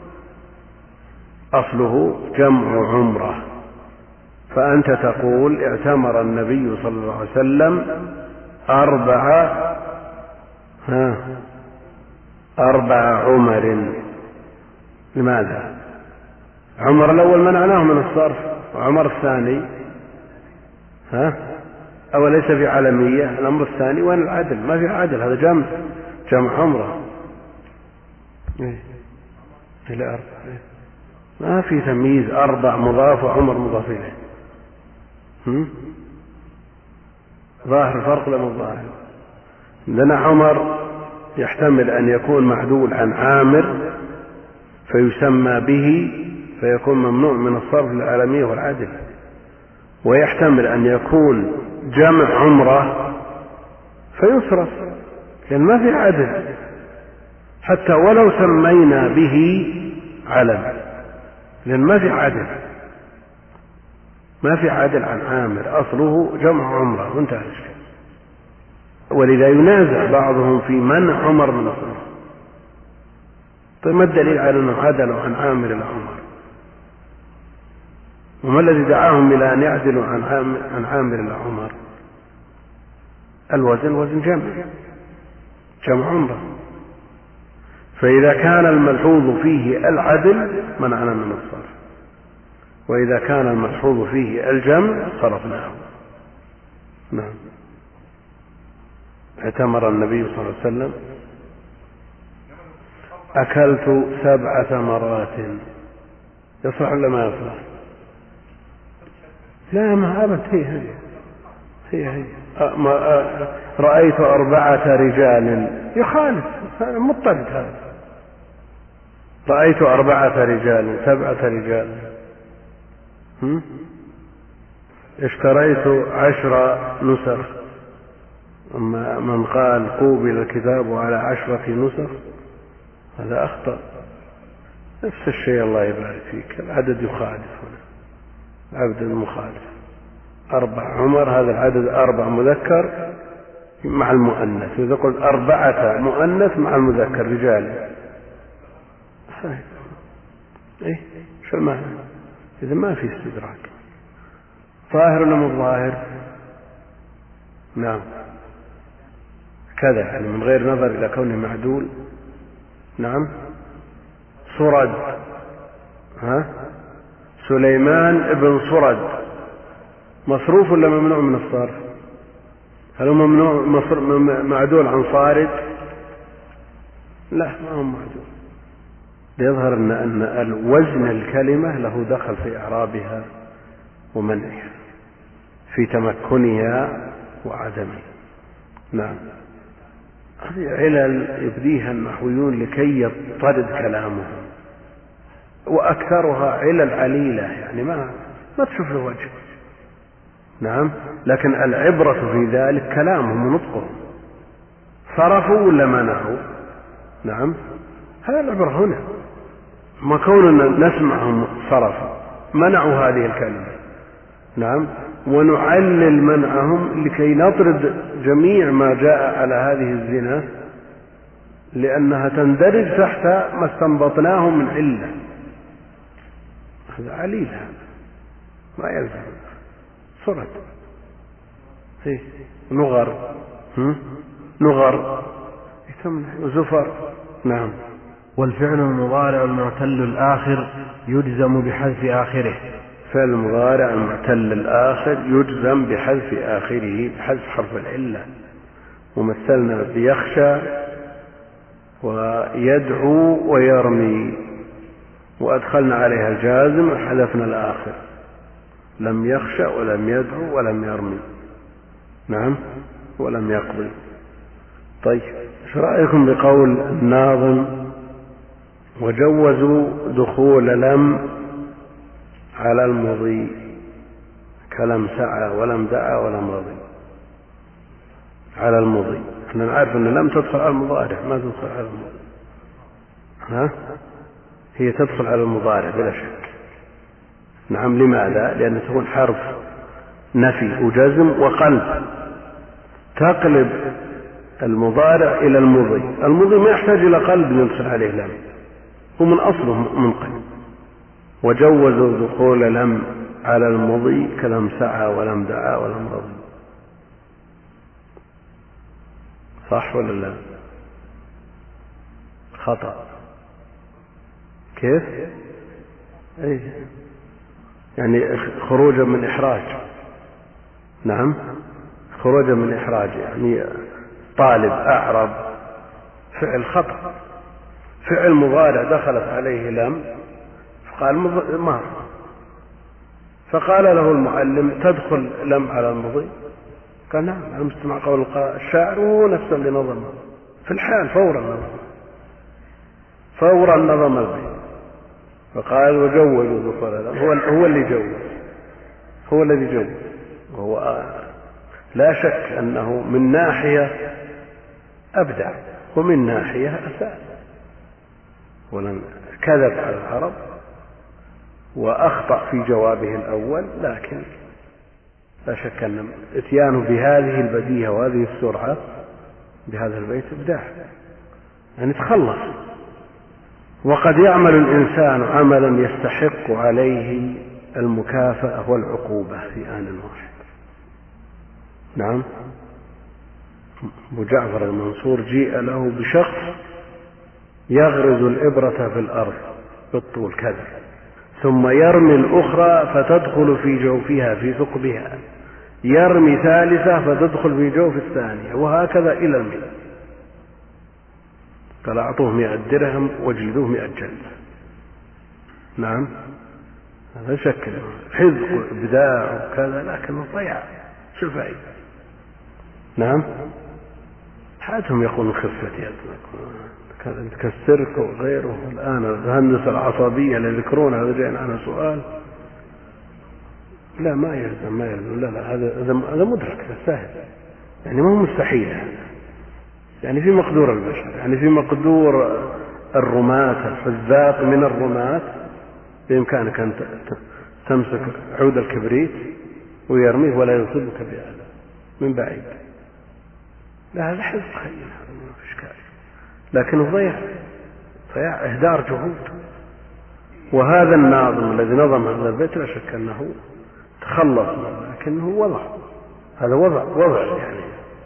أصله جمع عمرة، فأنت تقول اعتمر النبي صلى الله عليه وسلم أربع ها أربع عمر. لماذا؟ عمر الأول منعناه من الصرف، وعمر الثاني ها أو ليس في علمية. الأمر الثاني وين العدل؟ ما في عدل، هذا جمع جمع عمرة إيه؟ إلى أربع إيه؟ ما في تمييز، أربع مضاف وعمر مضاف إليه. ظاهر الفرق ولا مو ظاهر؟ لنا عمر يحتمل أن يكون معدول عن عامر فيسمى به فيكون ممنوع من الصرف للعالمية والعدل، ويحتمل أن يكون جمع عمرة فيصرف لأن ما في عدل، حتى ولو سمينا به علم لأن ما في عدل، ما في عدل عن عامر، أصله جمع عمرة وانتهى الشيء. ولذا ينازع بعضهم في منع عمر من الصرف. طيب ما الدليل على أنه عدلوا عن عامر إلى عمر؟ وما الذي دعاهم إلى أن يعدلوا عن عامر, عن عامر إلى عمر؟ الوزن وزن جمع جمع عمرة، فإذا كان الملحوظ فيه العدل منعنا من الصرف، وإذا كان الملحوظ فيه الجمع صرفناه. نعم. اعتمر النبي صلى الله عليه وسلم أكلت سبعة مرات، يصح ولا ما يصح؟ لا ما أبد، هي هي هي, هي. رأيت أربعة رجال، يخالف، هذا مضطرد. هذا رأيت أربعة رجال سبعة رجال. هم؟ اشتريت عشر نسخ، أما من قال قوبل الكتاب على عشرة نسخ هذا أخطأ. نفس الشيء الله يبارك فيك، العدد يخالف هنا، العدد مخالف. أربع عمر هذا العدد أربع مذكر مع المؤنث، وإذا قلت أربعة مؤنث مع المذكر رجال إيه شو المعنى؟ إذا ما في استدراك. ظاهر ولا مو ظاهر؟ نعم كذا، يعني من غير نظر إلى كونه معدول. نعم. صرد، ها سليمان ابن صرد مصروف ولا ممنوع من الصرف؟ هل هو ممنوع معدول عن صارد؟ لا ما هو معدول. ليظهر أن أن الوزن الكلمة له دخل في إعرابها ومنعها، في تمكنها وعدمها. نعم. هذه علل يبديها النحويون لكي يضطرد كلامهم، وأكثرها علل عليلة، يعني ما ما تشوف له وجه. نعم. لكن العبرة في ذلك كلامهم ونطقهم، صرفوا ولا منعوا. نعم هذا العبرة هنا، ما كوننا نسمعهم صرفوا منعوا هذه الكلمة. نعم. ونعلل منعهم لكي نطرد جميع ما جاء على هذه الزنا، لأنها تندرج تحت ما استنبطناه من علة. هذا عليل، هذا ما يلزم. صرد إيه؟ نغر هم؟ نغر وزفر. نعم. والفعل المضارع المعتل الآخر يجزم بحذف آخره. فعل المضارع المعتل الآخر يجزم بحذف آخره، بحذف حرف العلة. ومثلنا بيخشى ويدعو ويرمي، وأدخلنا عليها الجازم وحذفنا الآخر، لم يخشى ولم يدعو ولم يرمي. نعم. ولم يقضي. طيب ايش رأيكم بقول الناظم وجوزوا دخول لم على المضي كلم سعى ولم دعا ولم رضي؟ على المضي احنا نعرف ان لم تدخل على المضارع، ما تدخل على المضي. ها هي تدخل على المضارع بلا شك، نعم. لماذا؟ لأن تكون حرف نفي وجزم وقلب، تقلب المضارع إلى المضي. المضي ما يحتاج إلى قلب يدخل عليه لم، هو من أصله منقلب. وجوزوا دخول لم على المضي كلم سعى ولم دعا ولم رضي. صح ولا لا؟ خطأ. كيف؟ أي يعني خروجا من إحراج. نعم، خروجا من إحراج، يعني طالب أعرب فعل خطأ، فعل مضارع دخلت عليه لم فقال مار، فقال له المعلم تدخل لم على المضي، قال نعم أنا مستمع قول الشاعر وهو نفس اللي نظمه في الحال فورا نظم فورا نظم البيت. فقال وجوزوا دخول لم، هو هو اللي جوز، هو الذي جوز. وهو لا شك أنه من ناحية أبدع ومن ناحية أساء، ولن كذب على العرب وأخطأ في جوابه الأول، لكن لا شك أن اتيانه بهذه البديهة وهذه السرعة بهذا البيت إبداع، يعني تخلص. وقد يعمل الإنسان عملا يستحق عليه المكافأة والعقوبة في آن واحد. نعم، أبو جعفر المنصور جيء له بشخص يغرز الإبرة في الأرض بالطول كذا، ثم يرمي الأخرى فتدخل في جوفها في ثقبها، يرمي ثالثة فتدخل في جوف الثانية، وهكذا إلى المئة. قال أعطوه مئة درهم وجلدوه مئة جلدة. نعم، هذا شكل حذق وإبداع وكذا، لكن ضيع، شو الفائدة؟ نعم، حياتهم يقولون خفة يد كالسرك وغيره. الآن الهندسة العصبية اللي يذكرونها، هذا جاء عنها سؤال، لا ما يلزم ما يلزم لا لا هذا هذا مدرك، هذا سهل، يعني ما هو مستحيل هذا، يعني في مقدور البشر، يعني في مقدور الرماة الحذاق من الرماة بإمكانك أن تمسك عود الكبريت ويرميه ولا يصيبك بأذى من بعيد. لا هذا حذق خير، هذا ما في إشكال، لكنه ضيع ضيع إهدار جهود. وهذا الناظم الذي نظم هذا البيت لا شك أنه تخلص منه، لكنه وضع، هذا وضع وضع يعني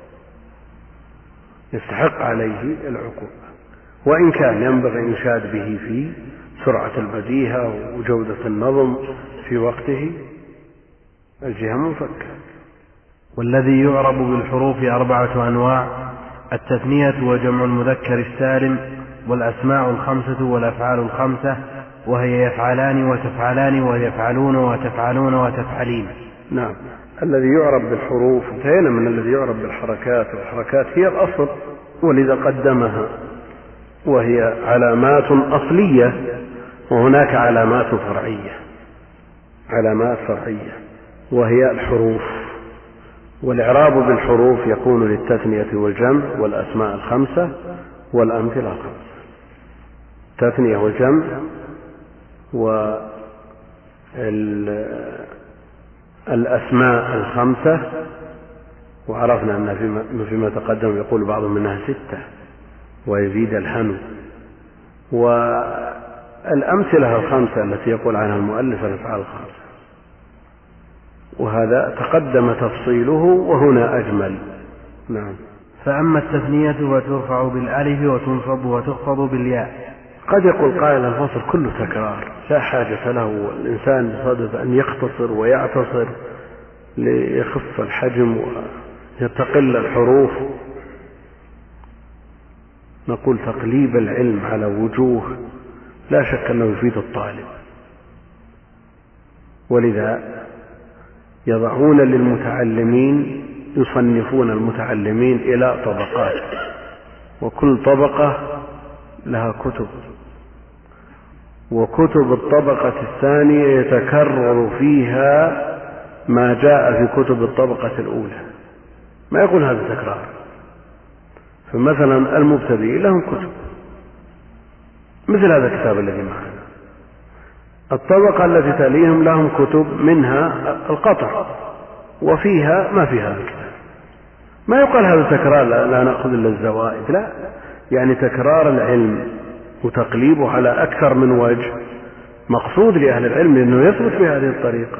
يستحق عليه العقوبة، وإن كان ينبغي إنشاد به في سرعة البديهة وجودة النظم في وقته، الجهة منفكة. والذي يعرب بالحروف أربعة أنواع: التثنية وجمع المذكر السالم، والأسماء الخمسة والأفعال الخمسة، وهي يفعلان وتفعلان ويفعلون وتفعلون وتفعلين. نعم، الذي يعرب بالحروف انتهينا من الذي يعرب بالحركات، والحركات هي الأصل ولذا قدمها، وهي علامات أصلية، وهناك علامات فرعية، علامات فرعية وهي الحروف. والإعراب بالحروف يكون للتثنية والجمع والأسماء الخمسة والأمثلة الخمسة. التثنية والجمع والأسماء الخمسة، وعرفنا أن فيما تقدم يقول بعضهم منها ستة ويزيد الهمز، والأمثلة الخمسة التي يقول عنها المؤلف الأفعال الخمسة، وهذا تقدم تفصيله وهنا أجمل. نعم. فأما التثنية فترفع بالألف وتنصب وتخفض بالياء. قد يقول قائل الفصل كله تكرار لا حاجة له، الإنسان يصادف أن يختصر ويعتصر ليخف الحجم ويتقل الحروف. نقول تقليب العلم على وجوه لا شك أنه يفيد الطالب، ولذا يضعون للمتعلمين، يصنفون المتعلمين إلى طبقات، وكل طبقة لها كتب، وكتب الطبقة الثانية يتكرر فيها ما جاء في كتب الطبقة الأولى، ما يقول هذا تكرار. فمثلا المبتدئين لهم كتب مثل هذا الكتاب الذي معنا، الطبقة التي تليهم لهم كتب منها القطع وفيها ما في هذا الكتاب. ما يقال هذا تكرار لا, لا نأخذ إلا الزوائد، لا، يعني تكرار العلم وتقليبه على أكثر من وجه مقصود لأهل العلم لأنه يثبت بهذه الطريقة.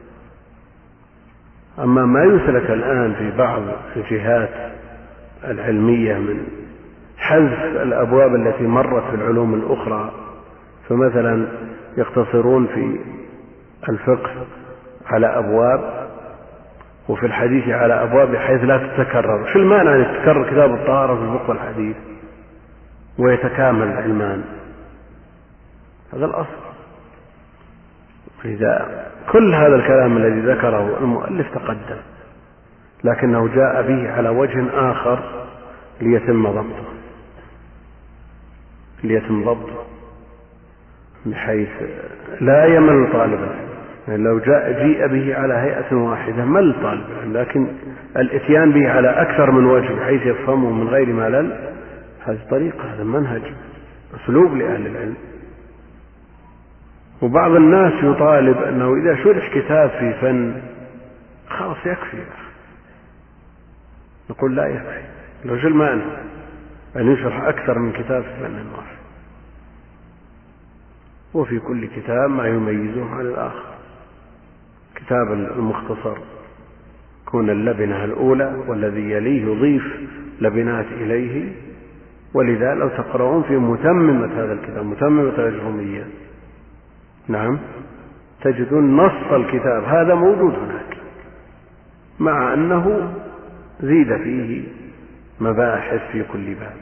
أما ما يسلك الآن في بعض الجهات العلمية من حذف الأبواب التي مرت في العلوم الأخرى، فمثلا يقتصرون في الفقه على أبواب وفي الحديث على أبواب بحيث لا تتكرر. شو المانع أن يتكرر كتاب الطهارة في الفقه والحديث ويتكامل العلمان؟ هذا الأصل. إذا كل هذا الكلام الذي ذكره المؤلف تقدم، لكنه جاء به على وجه آخر ليتم ضبطه ليتم ضبطه بحيث لا يمل طالبا. يعني لو جاء جيء به على هيئة واحدة مل طالبا، لكن الاتيان به على أكثر من وجه بحيث يفهمه من غير ملل، هذه طريقة، هذا منهج أسلوب لأهل العلم. وبعض الناس يطالب أنه إذا شرح كتاب في فن خلاص يكفي. نقول لا يكفي، لو شو المانع أن يشرح أكثر من كتاب في فن واحد، وفي كل كتاب ما يميزه عن الآخر. كتاب المختصر كون اللبنة الأولى والذي يليه يضيف لبنات إليه، ولذا لو تقرؤون في متممة هذا الكتاب، متممة الأجرومية، نعم، تجدون نص الكتاب هذا موجود هناك، مع أنه زيد فيه مباحث في كل باب.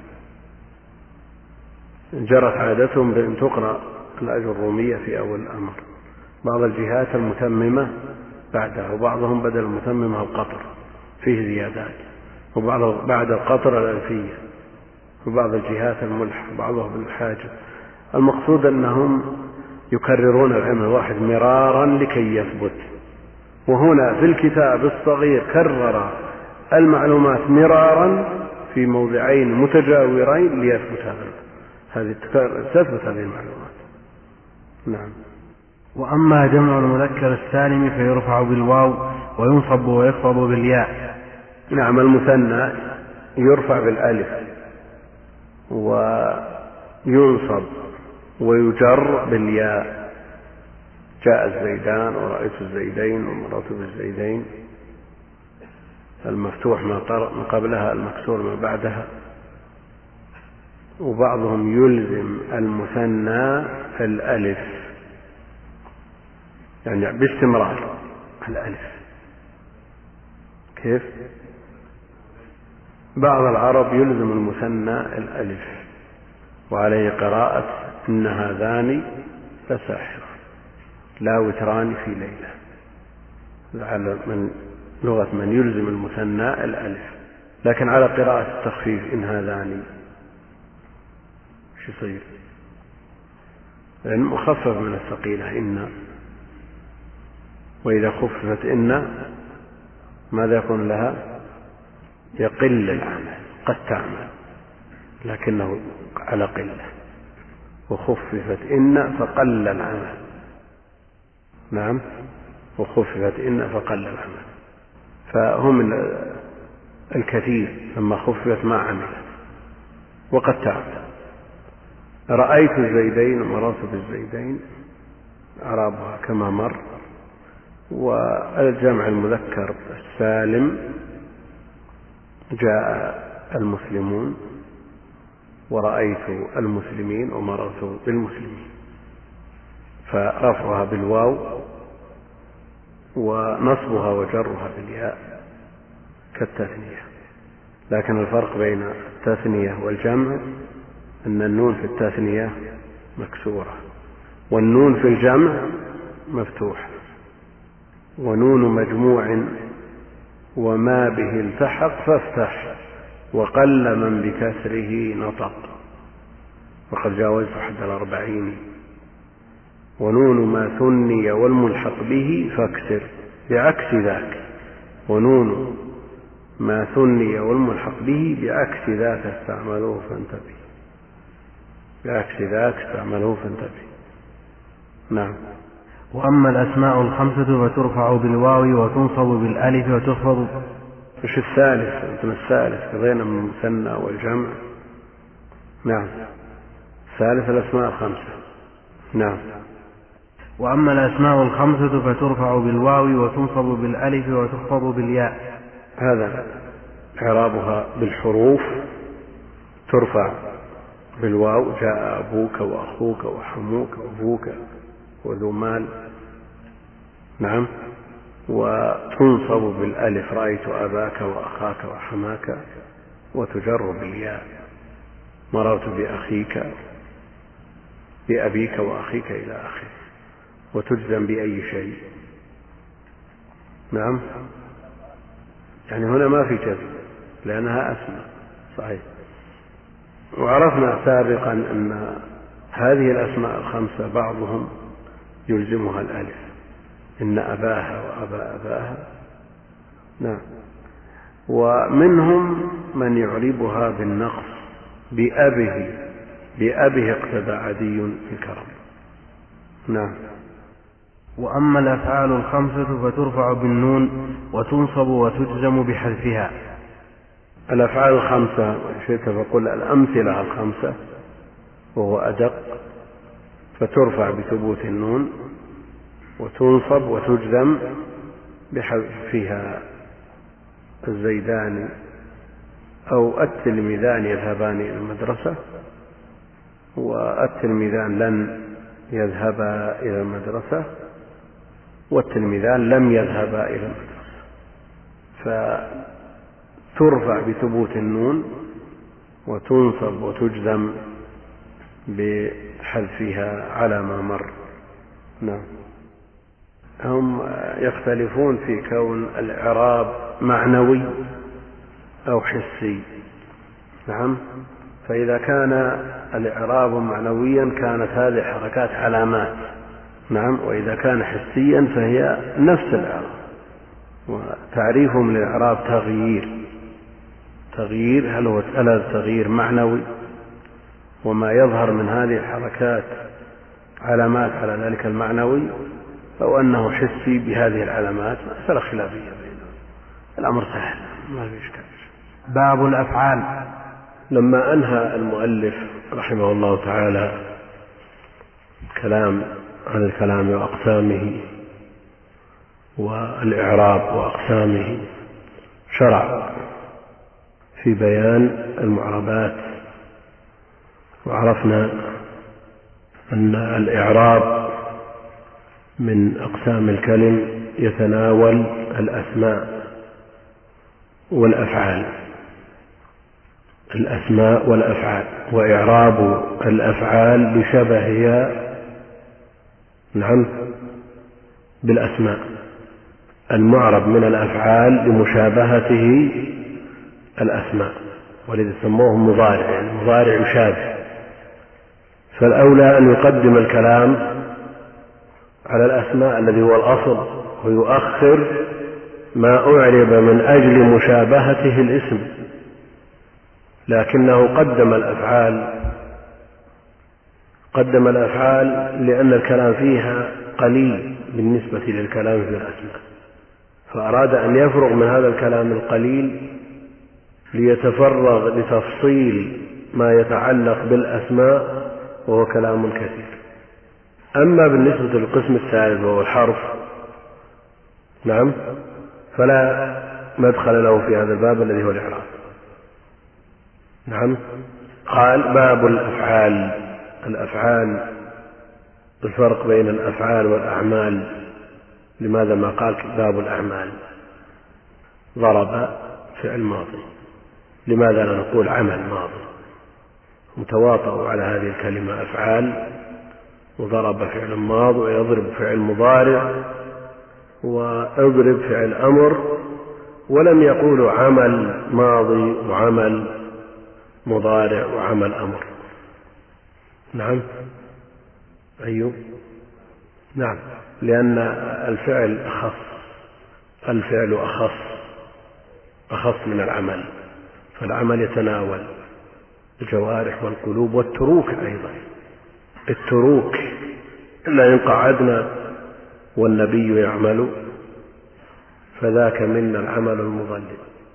جرت عادتهم بأن تقرأ الأجرومية في أول الأمر، بعض الجهات المتممة بعدها، وبعضهم بدل المتممة القطر فيه زيادات، وبعض بعد القطر الألفية، وبعض الجهات الملح، وبعضهم بالحاجة. المقصود أنهم يكررون العلم الواحد مرارا لكي يثبت. وهنا في الكتاب الصغير كرر المعلومات مرارا في موضعين متجاورين ليثبت هذا هذه تثبت هذه المعلومات. نعم. وأما جمع المذكر السالم فيرفع بالواو وينصب ويخفض بالياء. نعم، المثنى يرفع بالألف وينصب ويجر بالياء. جاء الزيدان ورأيت الزيدين ومررت بالزيدين، المفتوح ما قبلها المكسور ما بعدها. وبعضهم يلزم المثنى الألف، يعني باستمرار الألف. كيف؟ بعض العرب يلزم المثنى الألف، وعليه قراءة إن هذان لساحر لا وتران في ليلة، على من لغة من يلزم المثنى الألف. لكن على قراءة التخفيف إن هذان شو يصير؟ لأن مخفف من الثقيلة إن، وإذا خففت إن ماذا يكون لها؟ يقل العمل، قد تعمل لكنه على قلة. وخففت إن فقل العمل. نعم، وخففت إن فقل العمل. فهم الكثير لما خففت ما عملت وقد تعمل. رأيت الزيدين ومررت بالزيدين أعرابها كما مر. والجمع المذكر السالم جاء المسلمون ورأيت المسلمين ومررت بالمسلمين، فرفعها بالواو ونصبها وجرها بالياء كالتثنية. لكن الفرق بين التثنية والجمع أن النون في التثنية مكسورة والنون في الجمع مفتوحة. ونون مجموع وما به التحق فافتح وقل من بكسره نطق، وقد جاوزت حد الأربعين. ونون ما ثني والملحق به فاكسر بعكس ذاك. ونون ما ثني والملحق به بعكس ذاك استعملوه فانتبه، بعكس ذاك استعملوه فانتبه. نعم. وأما الأسماء الخمسة فترفع بالواو وتنصب بالألف وتخفض. مش الثالث، أنتم الثالث قضينا من المثنى والجمع. نعم. ثالث الأسماء الخمسة. نعم. وأما الأسماء الخمسة فترفع بالواو وتنصب بالألف وتخفض بالياء. هذا إعرابها بالحروف. ترفع بالواو، جاء أبوك وأخوك وحموك وأبوك وذو مال. نعم. وتنصب بالألف، رأيت أباك وأخاك وحماك. وتجر بالياء، مررت بأخيك بأبيك وأخيك إلى آخره. وتجزم بأي شيء. نعم. يعني هنا ما في جزم لأنها أسماء. صحيح. وعرفنا سابقا أن هذه الأسماء الخمسة بعضهم يلزمها الألف، إن أباها وأبا أباها. نعم. ومنهم من يعربها بالنقص، بأبه بأبه اقتدى عدي في الكرم. نعم. وأما الأفعال الخمسة فترفع بالنون وتنصب وتجزم بحذفها. الأفعال الخمسة شئت فقل الأمثلة الخمسة وهو أدق، فترفع بثبوت النون وتنصب وتجزم بحذفها. الزيدان أو التلميذان يذهبان إلى المدرسة، والتلميذان لن يذهبا إلى المدرسة، والتلميذان لم يذهبا إلى المدرسة. فترفع بثبوت النون وتنصب وتجزم بحذفها على ما مر. نعم. هم يختلفون في كون الإعراب معنوي أو حسي. نعم. فإذا كان الإعراب معنويا كانت هذه الحركات علامات. نعم. وإذا كان حسيا فهي نفس الإعراب. وتعريفهم للإعراب تغيير. تغيير هل هو تغيير معنوي، وما يظهر من هذه الحركات علامات على ذلك المعنوي، أو أنه حسي بهذه العلامات. مسألة خلافية بينهم. الأمر سهل ما في إشكال. باب الأفعال. لما أنهى المؤلف رحمه الله تعالى كلام عن الكلام وأقسامه والإعراب وأقسامه، شرع في بيان المعربات. وعرفنا أن الإعراب من أقسام الكلم يتناول الأسماء والأفعال. الأسماء والأفعال، وإعراب الأفعال بشبهها نعم بالأسماء. المعرب من الأفعال لمشابهته الأسماء، ولذا سموه مضارع، يعني مضارع يشابه. فالأولى أن يقدم الكلام على الأسماء الذي هو الأصل، ويؤخر ما أعرب من أجل مشابهته الاسم، لكنه قدم الأفعال قدم الأفعال لأن الكلام فيها قليل بالنسبة للكلام في الأسماء، فأراد أن يفرغ من هذا الكلام القليل ليتفرغ لتفصيل ما يتعلق بالأسماء، وهو كلام كثير. أما بالنسبة للقسم الثالث وهو الحرف نعم فلا مدخل له في هذا الباب الذي هو الإعراب. نعم. قال باب الأفعال. الأفعال، الفرق بين الأفعال والأعمال. لماذا ما قال باب الأعمال؟ ضرب فعل ماضي، لماذا لا نقول عمل ماضي؟ متواطئ على هذه الكلمة أفعال، وضرب فعل ماضي، ويضرب فعل مضارع، وأضرب فعل أمر، ولم يقولوا عمل ماضي وعمل مضارع وعمل أمر. نعم. أيوه. نعم. لأن الفعل أخص، الفعل أخص أخص من العمل، فالعمل يتناول الجوارح والقلوب والتروك أيضا. التروك إلا إن قعدنا والنبي يعمل فذاك منا العمل المضلل.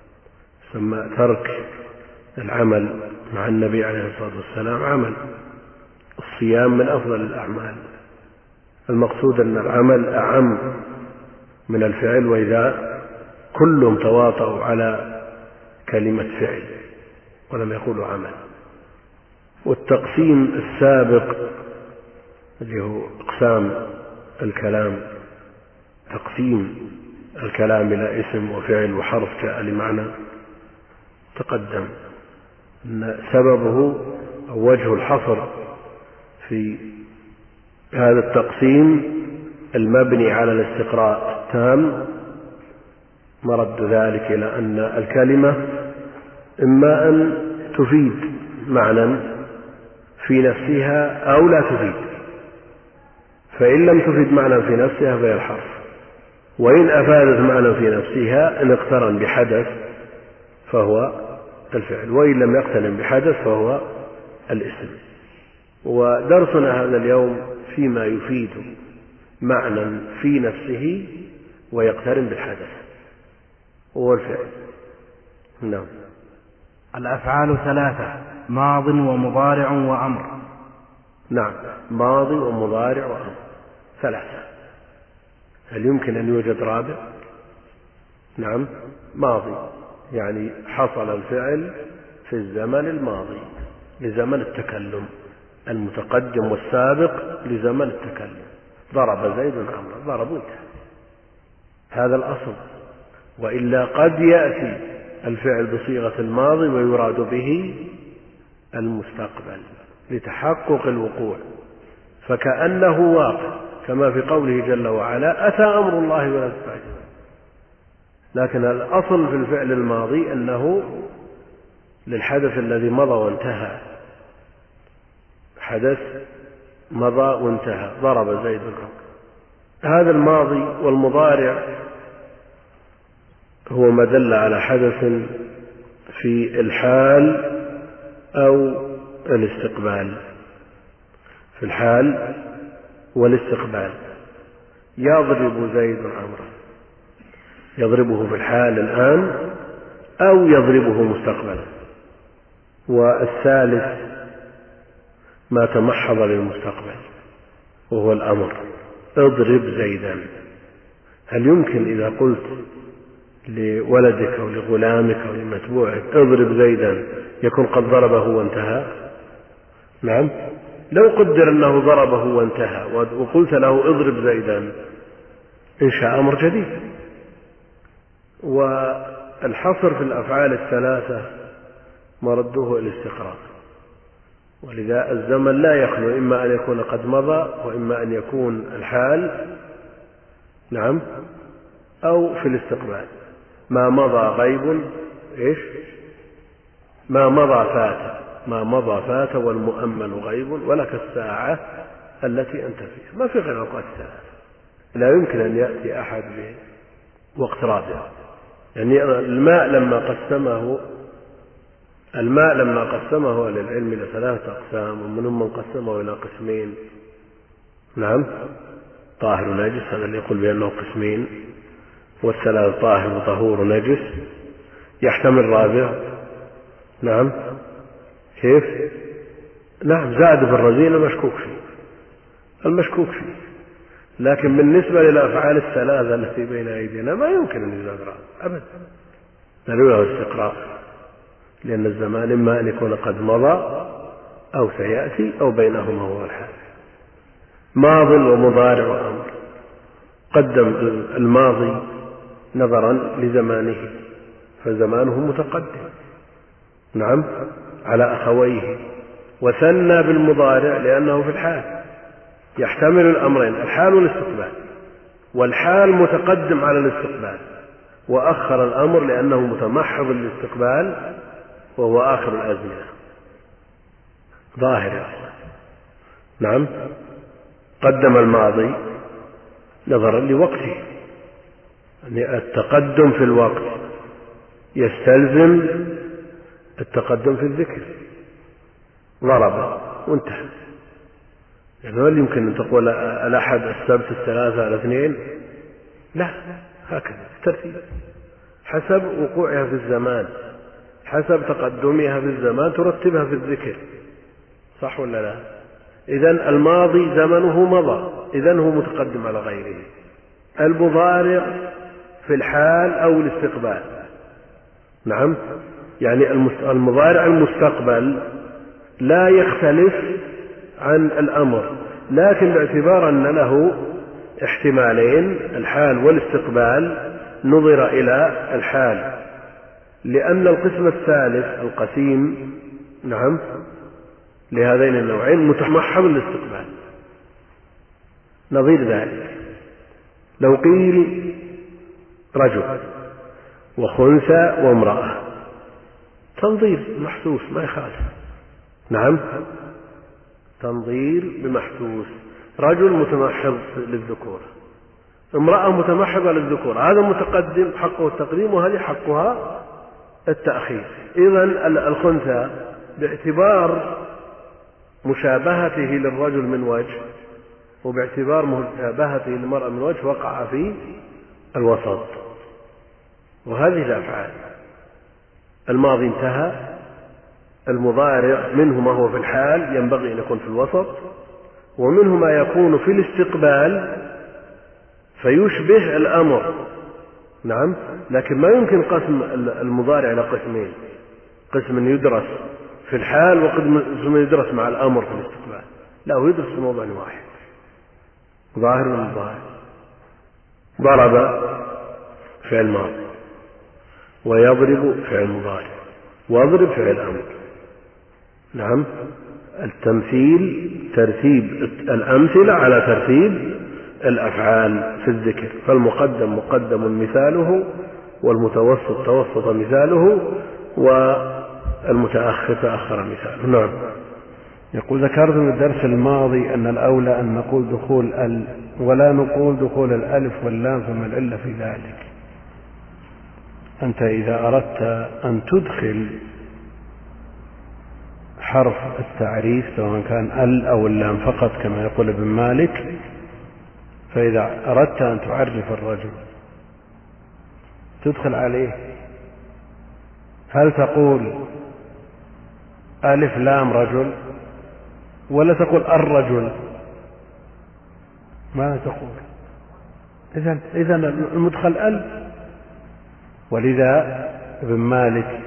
ثم ترك العمل مع النبي عليه الصلاة والسلام عمل. الصيام من أفضل الأعمال. المقصود أن العمل أعم من الفعل، وإذا كلهم تواطؤوا على كلمة فعل ولم يقولوا عمل. والتقسيم السابق اللي هو إقسام الكلام، تقسيم الكلام إلى اسم وفعل وحرف جاء لمعنى تقدم أن سببه أو وجه الحصر في هذا التقسيم المبني على الاستقراء التام مرد ذلك إلى أن الكلمة إما أن تفيد معنى في نفسها أو لا تفيد، فإن لم تفيد معنى في نفسها فهي الحرف، وإن أفادت معنى في نفسها إن اقترن بحدث فهو الفعل، وإن لم يقترن بحدث فهو الاسم. ودرسنا هذا اليوم فيما يفيد معنى في نفسه ويقترن بالحدث هو الفعل. نعم. الأفعال ثلاثة: ماض ومضارع وأمر. نعم، ماضي ومضارع وأمر ثلاثة. هل يمكن أن يوجد رابع؟ نعم، ماضي يعني حصل الفعل في الزمن الماضي لزمن التكلم، المتقدم والسابق لزمن التكلم. ضرب زيد عمرو، ضرب انتهى، هذا الأصل. وإلا قد يأتي الفعل بصيغة الماضي ويراد به المستقبل لتحقق الوقوع، فكأنه واقع، كما في قوله جل وعلا: أتى أمر الله ولا تستعجلون. لكن الأصل في الفعل الماضي أنه للحدث الذي مضى وانتهى، حدث مضى وانتهى، ضرب زيد عمرو. هذا الماضي. والمضارع هو ما دل على حدث في الحال أو الاستقبال، في الحال والاستقبال. يضرب زيد عمرو، يضربه في الحال الآن أو يضربه مستقبلا. والثالث ما تمحض للمستقبل وهو الأمر: اضرب زيدا. هل يمكن إذا قلت لولدك أو لغلامك أو لمتبوعك اضرب زيدا يكون قد ضربه وانتهى؟ نعم، لو قدر أنه ضربه وانتهى وقلت له اضرب زيدا إنشاء أمر جديد. والحصر في الأفعال الثلاثة مرده الاستقراء، ولذا الزمن لا يخلو إما أن يكون قد مضى وإما أن يكون الحال نعم أو في الاستقبال. ما مضى غيب إيش ما مضى فات، ما مضى فات والمؤمل غيب ولك الساعة التي أنت فيها. ما في غير أوقات الثلاثة، لا يمكن أن يأتي أحد بوقت رابع. يعني الماء لما قسمه الماء لما قسمه أهل العلم إلى ثلاثة أقسام، ومنهم من قسمه إلى قسمين. نعم، طاهر ونجس، هذا اللي يقول بأنه قسمين، والثلاث طاهر وطهور ونجس. يحتمل رابع. نعم، كيف؟ نعم، زاد في الرذيل المشكوك فيه المشكوك فيه لكن بالنسبة للأفعال الثلاثة التي بين أيدينا ما يمكن أن يزاد رابع أبدا، دليل الاستقراء، لأن الزمان إما أن يكون قد مضى أو سيأتي أو بينهما هو الحال. ماض ومضارع وأمر. قدم الماضي نظرا لزمانه فزمانه متقدم نعم على أخويه، وثنى بالمضارع لأنه في الحال يحتمل الأمرين، الحال والاستقبال، والحال متقدم على الاستقبال، وأخر الأمر لأنه متمحض للاستقبال وهو آخر الأزمنة ظاهر. نعم، قدم الماضي نظرا لوقته، يعني التقدم في الوقت يستلزم التقدم في الذكر. ضرب وانتهى، يعني هل يمكن أن تقول الأحد السبت الثلاثة الاثنين؟ لا، هكذا الترتيب حسب وقوعها في الزمان، حسب تقدمها في الزمان ترتبها في الذكر، صح ولا لا؟ إذن الماضي زمنه مضى، إذن هو متقدم على غيره. المضارع في الحال أو الاستقبال، نعم، يعني المضارع المستقبل لا يختلف عن الأمر، لكن باعتبار أن له احتمالين الحال والاستقبال نظر إلى الحال، لأن القسم الثالث القسيم، نعم، لهذين النوعين متمحض للاستقبال. نظير ذلك لو قيل رجل وخنثى وامرأة، تنظير محسوس ما يخالف، نعم، تنظير بمحسوس. رجل متمحض للذكور، امرأة متمحضة للذكور، هذا متقدم حقه التقديم وهذه حقها التأخير. إذن الخنثى باعتبار مشابهته للرجل من وجه وباعتبار مشابهته للمرأة من وجه وقع في الوسط. وهذه الأفعال الماضي انتهى، المضارع منه ما هو في الحال ينبغي أن يكون في الوسط، ومنه ما يكون في الاستقبال فيشبه الأمر، نعم، لكن ما يمكن قسم المضارع إلى قسمين، قسم يدرس في الحال وقسم يدرس مع الأمر في الاستقبال، لا، هو يدرس في موضوع واحد، ظاهر من ظاهر. ضرب فعل ماضي، ويضرب فعل مضارع، واضرب فعل أمر، نعم. التمثيل ترتيب الأمثلة على ترتيب الأفعال في الذكر، فالمقدم مقدم مثاله، والمتوسط توسط مثاله، والمتأخر تأخر مثاله. نعم. يقول ذكرت في الدرس الماضي أن الأولى أن نقول دخول ال ولا نقول دخول الألف واللام، فما العلة في ذلك؟ أنت إذا أردت أن تدخل حرف التعريف سواء كان ال أو اللام فقط كما يقول ابن مالك، فإذا أردت أن تعرف الرجل تدخل عليه، هل تقول ألف لام رجل ولا تقول الرجل؟ ما تقول. إذن إذن المدخل ال، ولذا ابن مالك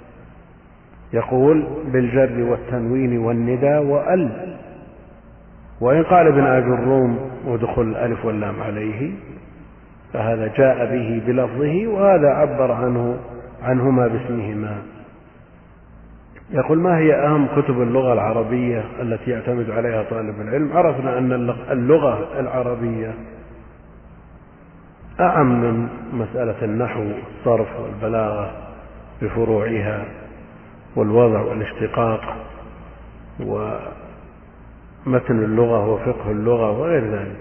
يقول بالجر والتنوين والندى وال، وإن قال ابن أجروم ودخل الألف واللام عليه فهذا جاء به بلفظه، وهذا عبر عنه عنهما باسمهما. يقول ما هي أهم كتب اللغة العربية التي يعتمد عليها طالب العلم؟ عرفنا أن اللغة العربية أعم من مسألة النحو والصرف والبلاغة بفروعها والوضع والاشتقاق ومتن اللغة وفقه اللغة وغير ذلك.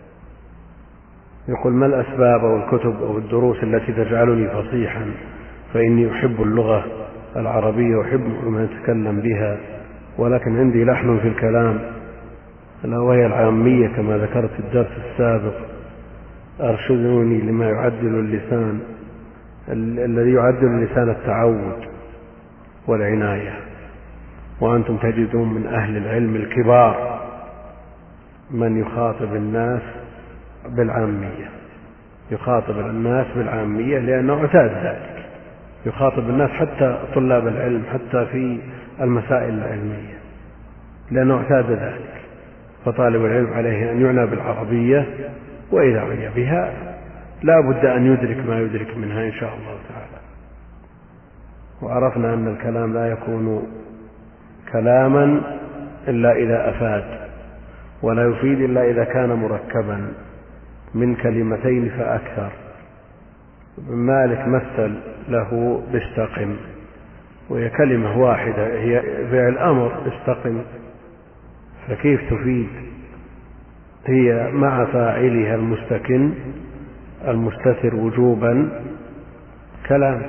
يقول ما الأسباب أو الكتب أو الدروس التي تجعلني فصيحا؟ فإني أحب اللغة العربية وأحب من يتكلم بها، ولكن عندي لحن في الكلام، ألا وهي العامية كما ذكرت في الدرس السابق. أرشدوني لما يعدل اللسان، الذي يعدل اللسان التعود والعناية، وأنتم تجدون من أهل العلم الكبار من يخاطب الناس بالعامية، يخاطب الناس بالعامية لأنه اعتاد ذلك، يخاطب الناس حتى طلاب العلم حتى في المسائل العلمية لأنه اعتاد ذلك. فطالب العلم عليه أن يعنى بالعربية، وإذا عني بها لا بد أن يدرك ما يدرك منها إن شاء الله تعالى. وعرفنا أن الكلام لا يكون كلاما إلا إذا أفاد، ولا يفيد إلا إذا كان مركبا من كلمتين فأكثر. ابن مالك مثل له باستقم، وهي كلمة واحدة هي فعل أمر استقم، فكيف تفيد؟ هي مع فاعلها المستكن المستتر وجوبا كلام،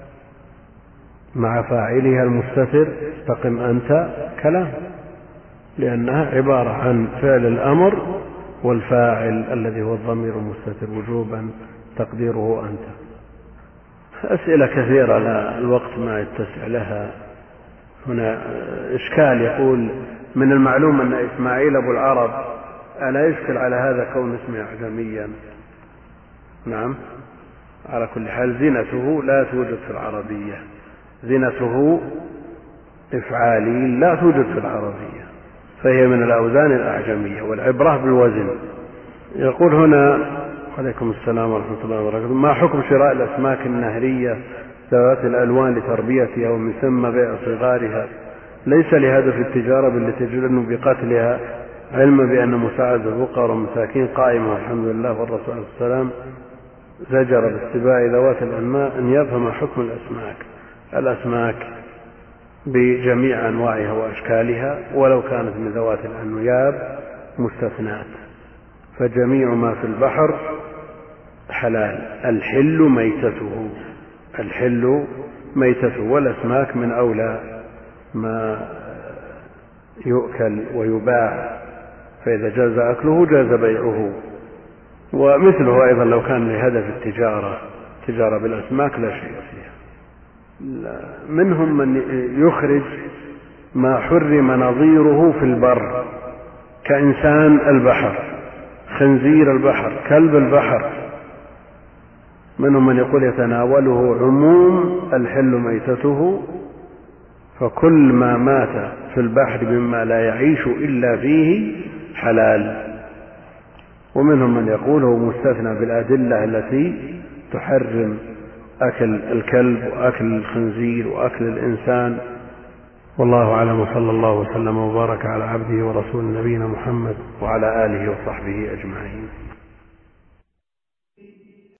مع فاعلها المستتر استقم أنت كلام، لأنها عبارة عن فعل الأمر والفاعل الذي هو الضمير المستتر وجوبا تقديره أنت. أسئلة كثيرة لا الوقت ما يتسع لها. هنا إشكال، يقول من المعلوم أن إسماعيل أبو العرب ألا يشكل على هذا كون اسمه أعجميا؟ نعم، على كل حال زينته لا توجد في العربية، زينته إفعالي لا توجد في العربية، فهي من الأوزان الأعجمية والعبرة بالوزن. يقول هنا عليكم السلام ورحمة الله وبركاته: ما حكم شراء الأسماك النهرية ذوات الألوان لتربيتها ومن ثم بيع صغارها ليس لهدف التجارة بل لتجنب بقتلها، علما بأن مساعدة الفقراء والمساكين قائمة والحمد لله، والرسول صلى الله عليه وسلم زجر باتباع ذوات الأنماء أن يفهم حكم الأسماك الأسماك بجميع أنواعها وأشكالها ولو كانت من ذوات الأنياب مستثنات، فجميع ما في البحر حلال، الحل ميتته الحل ميتته والأسماك من أولى ما يؤكل ويباع، فإذا جاز أكله جاز بيعه. ومثله أيضا لو كان لهدف التجارة تجارة بالأسماك لا شيء فيها. منهم من يخرج ما حرم نظيره في البر كإنسان البحر، خنزير البحر، كلب البحر، منهم من يقول يتناوله عموم الحل ميتته، فكل ما مات في البحر مما لا يعيش إلا فيه حلال. ومنهم من يقول هو مستثنى بالأدلة التي تحرم أكل الكلب وأكل الخنزير وأكل الإنسان. والله أعلم، وصلى الله وسلم وبارك على عبده ورسول نبينا محمد وعلى آله وصحبه أجمعين.